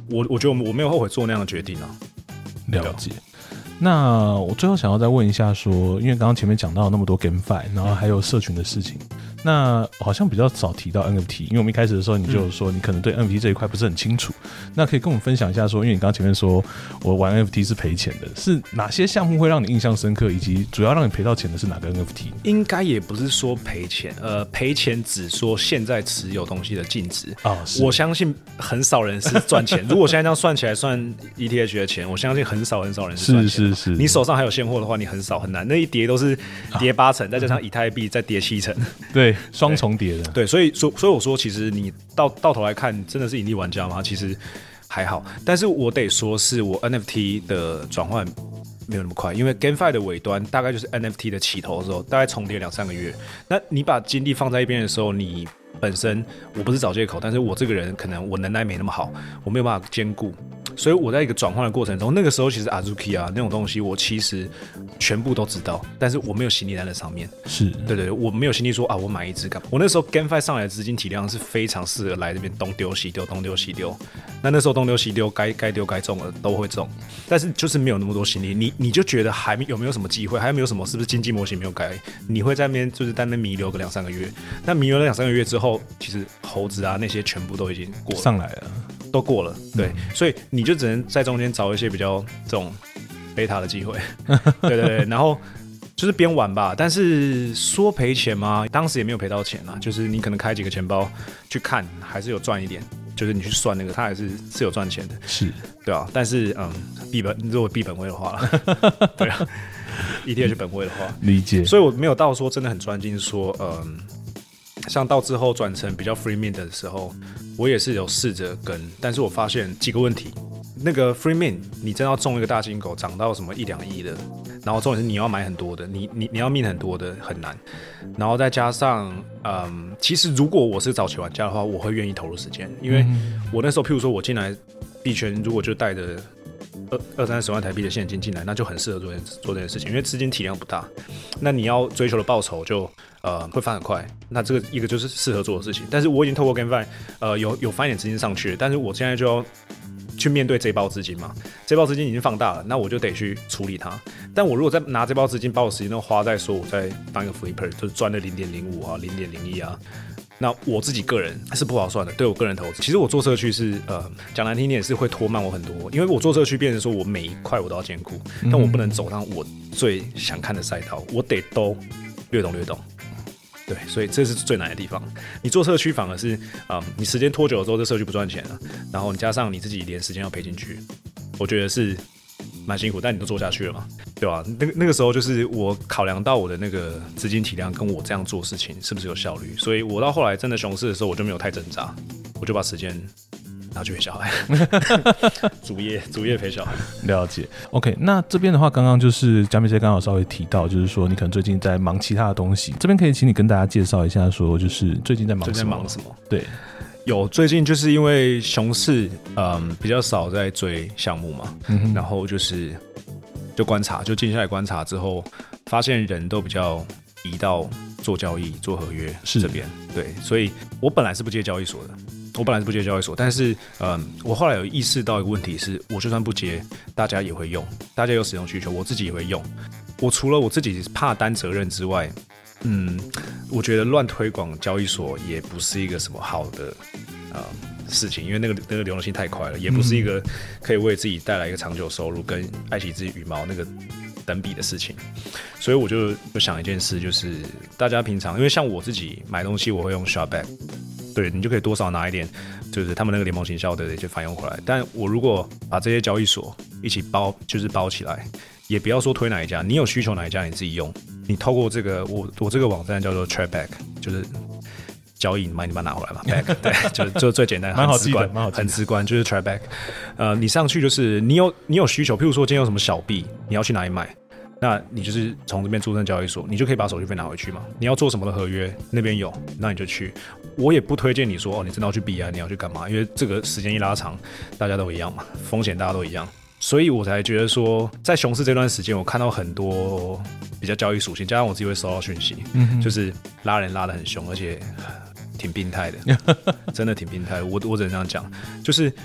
我我觉得我没有后悔做那样的决定啊。 了解。那我最后想要再问一下说，因为刚刚前面讲到那么多 GameFi， 然后还有社群的事情，那好像比较少提到 N F T， 因为我们一开始的时候你就有说你可能对 N F T 这一块不是很清楚，那可以跟我们分享一下说，因为你刚刚前面说我玩 N F T 是赔钱的，是哪些项目会让你印象深刻，以及主要让你赔到钱的是哪个 N F T？ 应该也不是说赔钱，呃，赔钱只说现在持有东西的净值啊、哦，我相信很少人是赚钱。如果现在这样算起来算 E T H 的钱，我相信很少很少人是赚钱。是是是，你手上还有现货的话，你很少很难，那一跌都是跌八成，再加上以太币再跌七成， 对，双重跌的。 对，所以所所以我说，其实你到到头来看，真的是盈利玩家吗？其实还好，但是我得说是我 N F T 的转换没有那么快，因为 GameFi 的尾端大概就是 N F T 的起头的时候，大概重叠两三个月。那你把精力放在一边的时候，你本身我不是找借口，但是我这个人可能我能耐没那么好，我没有办法兼顾。所以我在一个转换的过程中，那个时候其实 Azuki 啊那种东西，我其实全部都知道，但是我没有行李在那上面。 是， 对对对，我没有行李说啊，我买一支干嘛？我那时候 GameFi 上来的资金体量是非常适合来这边东丢西丢，东丢西丢。那那时候东丢西丢，该该丢该中的都会中，但是就是没有那么多行李，你你就觉得还有没有什么机会，还有没有什么是不是经济模型没有改？你会在那边就是在那边弥留个两三个月。那弥留了两三个月之后，其实猴子啊那些全部都已经过了上来了。 都过了，对，嗯、所以你就只能在中间找一些比较这种贝塔的机会，对对对，然后就是边玩吧。但是说赔钱吗？当时也没有赔到钱啊，就是你可能开几个钱包去看，还是有赚一点。就是你去算那个，它还是是有赚钱的， 是， 对啊。但是嗯，币本如果币本位的话，对啊 ，E T H 本位的话， 理解。 所以我没有到说真的很专精说，嗯。像到之后转成比较 free mint 的时候，我也是有试着跟，但是我发现几个问题。那个 free mint 你真要中一个大金狗，涨到什么一两亿的，然后重点是你要买很多的，你你你要 mint 很多的很难，然后再加上，嗯，其实如果我是早期玩家的话，我会愿意投入时间，因为我那时候譬如说我进来币圈，如果就带着二二三十万台币的现金进来，那就很适合做做这件事情，因为资金体量不大，那你要追求的报酬就。呃，会翻很快，那这个一个就是适合做的事情。但是我已经透过 GameFi， 呃，有有翻一点资金上去了，但是我现在就要去面对这包资金嘛，这包资金已经放大了，那我就得去处理它。但我如果再拿这包资金，把我时间都花在说我在当一个 flipper， 就是赚了零点零五啊，零点零一啊，那我自己个人是不划算的，对我个人投资。其实我做社区是呃，讲难听点是会拖慢我很多，因为我做社区变成说我每一块我都要兼顾，但我不能走上我最想看的赛道，我得都略懂略懂。对，所以这是最难的地方。你做社区反而是，嗯，你时间拖久了之后，这社区不赚钱了，然后你加上你自己连时间要赔进去，我觉得是蛮辛苦，但你都做下去了嘛，对吧？那个那个时候就是我考量到我的那个资金体量跟我这样做事情是不是有效率，所以我到后来真的熊市的时候，我就没有太挣扎，我就把时间。拿去陪小孩，主业主业陪小孩。 了解 ，OK。那这边的话，刚刚就是加密社刚好稍微提到，就是说你可能最近在忙其他的东西，这边可以请你跟大家介绍一下，说就是最近在忙什么？ 最近在忙什么？ 对， 有最近就是因为熊市，嗯，比较少在追项目嘛，嗯、然后就是就观察，就静下来观察之后，发现人都比较移到做交易、做合约这边，对，所以我本来是不接交易所的。我本来是不接交易所，但是，嗯，我后来有意识到一个问题是，我就算不接，大家也会用，大家有使用需求，我自己也会用。我除了我自己怕担责任之外，嗯，我觉得乱推广交易所也不是一个什么好的呃事情，因为那个那个流动性太快了，也不是一个可以为自己带来一个长久收入跟爱惜自己羽毛那个等比的事情。所以我就就想一件事，就是大家平常因为像我自己买东西，我会用 Shopback。对你就可以多少拿一点，就是他们那个联盟行销的一些返佣回来。但我如果把这些交易所一起包，就是包起来，也不要说推哪一家，你有需求哪一家你自己用。你透过这个我我这个网站叫做 Tradeback， 就是交易，你把你把它拿回来嘛 ，back 对，就就最简单， 蛮好记的，蛮好记的， 很直观，就是 Tradeback。呃，你上去就是你有你有需求，譬如说今天有什么小币，你要去哪里买？那你就是从这边注册交易所，你就可以把手续费拿回去嘛。你要做什么的合约，那边有，那你就去。我也不推荐你说哦，你真的要去币安，你要去干嘛？因为这个时间一拉长，大家都一样嘛，风险大家都一样，所以我才觉得说，在熊市这段时间，我看到很多比较交易属性，加上我自己会收到讯息，嗯、就是拉人拉得很凶，而且挺病态的，真的挺病态的。我我只能这样讲，就是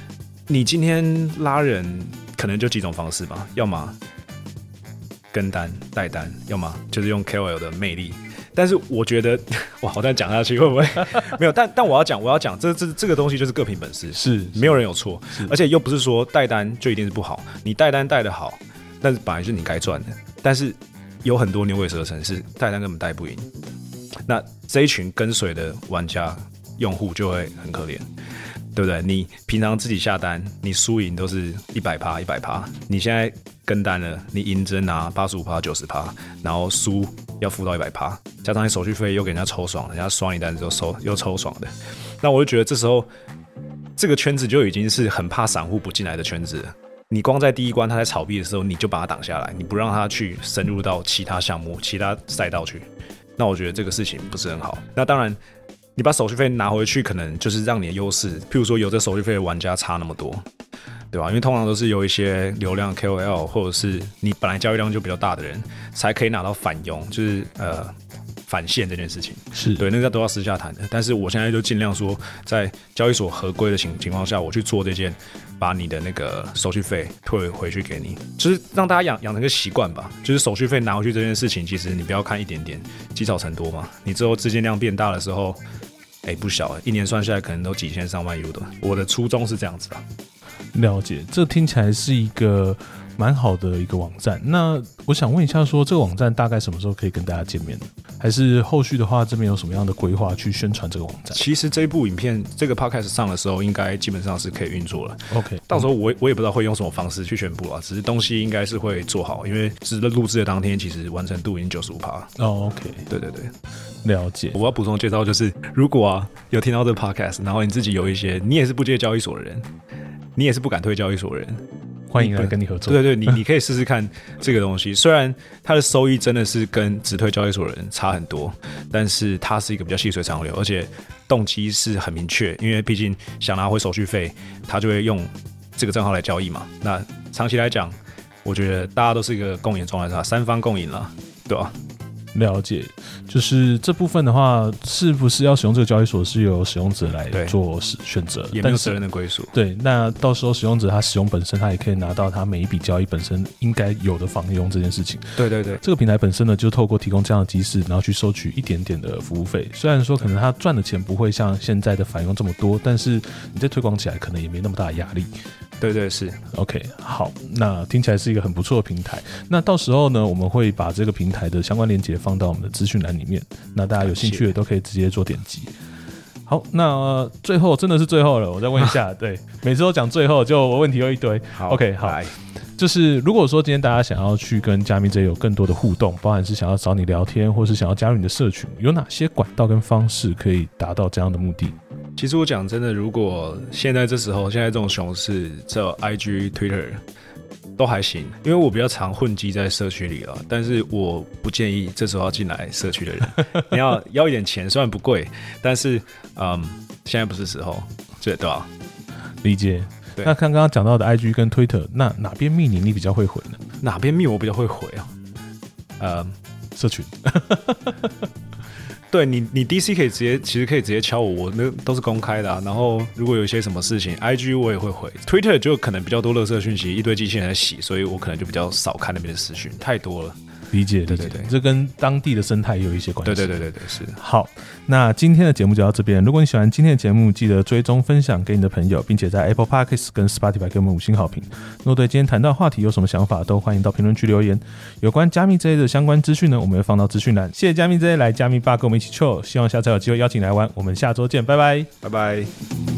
你今天拉人可能就几种方式嘛，要么跟单带单，要么就是用 K O L 的魅力。但是我觉得，哇，我再讲下去会不会没有？但但我要讲，我要讲，这这这个东西就是各凭本事， 是没有人有错，而且又不是说带单就一定是不好，你带单带得好，但是本来就是你该赚的。但是有很多牛尾蛇城市带单根本带不赢，那这一群跟随的玩家用户就会很可怜。对不对？你平常自己下单，你输赢都是一百趴一百趴，你现在跟单了，你赢只能拿八十五趴九十趴，然后输要付到一百趴，加上你手续费又给人家抽爽，人家刷你单之后收又抽爽的，那我就觉得这时候这个圈子就已经是很怕散户不进来的圈子了。你光在第一关他在炒币的时候，你就把他挡下来，你不让他去深入到其他项目、其他赛道去，那我觉得这个事情不是很好。那当然。你把手续费拿回去，可能就是让你的优势，譬如说有这手续费的玩家差那么多，对吧？因为通常都是有一些流量 K O L 或者是你本来交易量就比较大的人，才可以拿到返佣，就是呃返现这件事情， 是对，那个都要私下谈的。但是我现在就尽量说，在交易所合规的情情况下，我去做这件，把你的那个手续费退回去给你，就是让大家养养成个习惯吧。就是手续费拿回去这件事情，其实你不要看一点点，积少成多嘛。你之后资金量变大的时候。哎、欸，不小哎，一年算下来可能都几千上万 U 的。我的初衷是这样子啦。 了解，这听起来是一个蛮好的一个网站。那我想问一下说，这个网站大概什么时候可以跟大家见面呢？还是后续的话，这边有什么样的规划去宣传这个网站？ 其实这一部影片，这个 podcast 上的时候，应该基本上是可以运作了。 OK， 到时候我我也不知道会用什么方式去宣布啊，只是东西应该是会做好，因为只是录制的当天，其实完成度已经 百分之九十五。 哦 ，OK， 对对对。 了解。 我要补充介绍就是，如果啊有听到这个 podcast， 然后你自己有一些你也是不接交易所的人，你也是不敢推交易所的人， 欢迎来跟你合作。 对对对，你你可以试试看这个东西。虽然它的收益真的是跟只推交易所的人差很多，但是它是一个比较细水长流，而且动机是很明确，因为毕竟想拿回手续费，他就会用这个账号来交易嘛。那长期来讲，我觉得大家都是一个共赢状态，三方共赢了，对吧？ 了解，就是这部分的话，是不是要使用这个交易所是由使用者来做选择， 也没有责任的归属。 对，那到时候使用者他使用本身，他也可以拿到他每一笔交易本身应该有的返佣这件事情。 对对对， 这个平台本身呢，就透过提供这样的机制，然后去收取一点点的服务费。虽然说可能他赚的钱不会像现在的返佣这么多，但是你在推广起来可能也没那么大的压力。 对对是 ，OK， 好，那听起来是一个很不错的平台。那到时候呢，我们会把这个平台的相关链接放到我们的资讯栏里面，那大家有兴趣的都可以直接做点击。好，那、呃、最后真的是最后了，我再问一下，对，每次都讲最后，就我问题又一堆。 好 ，OK， 好，就是如果说今天大家想要去跟加密 J 有更多的互动，包含是想要找你聊天，或是想要加入你的社群，有哪些管道跟方式可以达到这样的目的？ 其实我讲真的，如果现在这时候，现在这种熊市，只有 I G、Twitter 都还行，因为我比较常混迹在社区里了。但是我不建议这时候要进来社区的人，你要要一点钱，虽然不贵，但是嗯，现在不是时候，对对吧？ 理解。那看刚刚讲到的 I G 跟 Twitter， 那哪边密你你比较会回呢？ 哪边密我比较会回啊？呃， 社群。 对你，你 D C 可以直接，其实可以直接敲我，我那都是公开的啊。然后如果有一些什么事情 ，I G 我也会回 ，Twitter 就可能比较多垃圾讯息，一堆机器人在洗，所以我可能就比较少看那边的私讯，太多了。 理解，对对对，这跟当地的生态也有一些关系。 对对对对对，是。 好，那今天的节目就到这边。如果你喜欢今天的节目，记得追踪分享给你的朋友，并且在 Apple Podcast 跟 Spotify 给我们五星好评。若对今天谈到的话题有什么想法，都欢迎到评论区留言。有关加密 J 的相关资讯呢，我们会放到资讯栏。谢谢加密 J 来加密吧跟我们一起 chill，希望下次有机会邀请来玩。我们下周见，拜拜， 拜拜。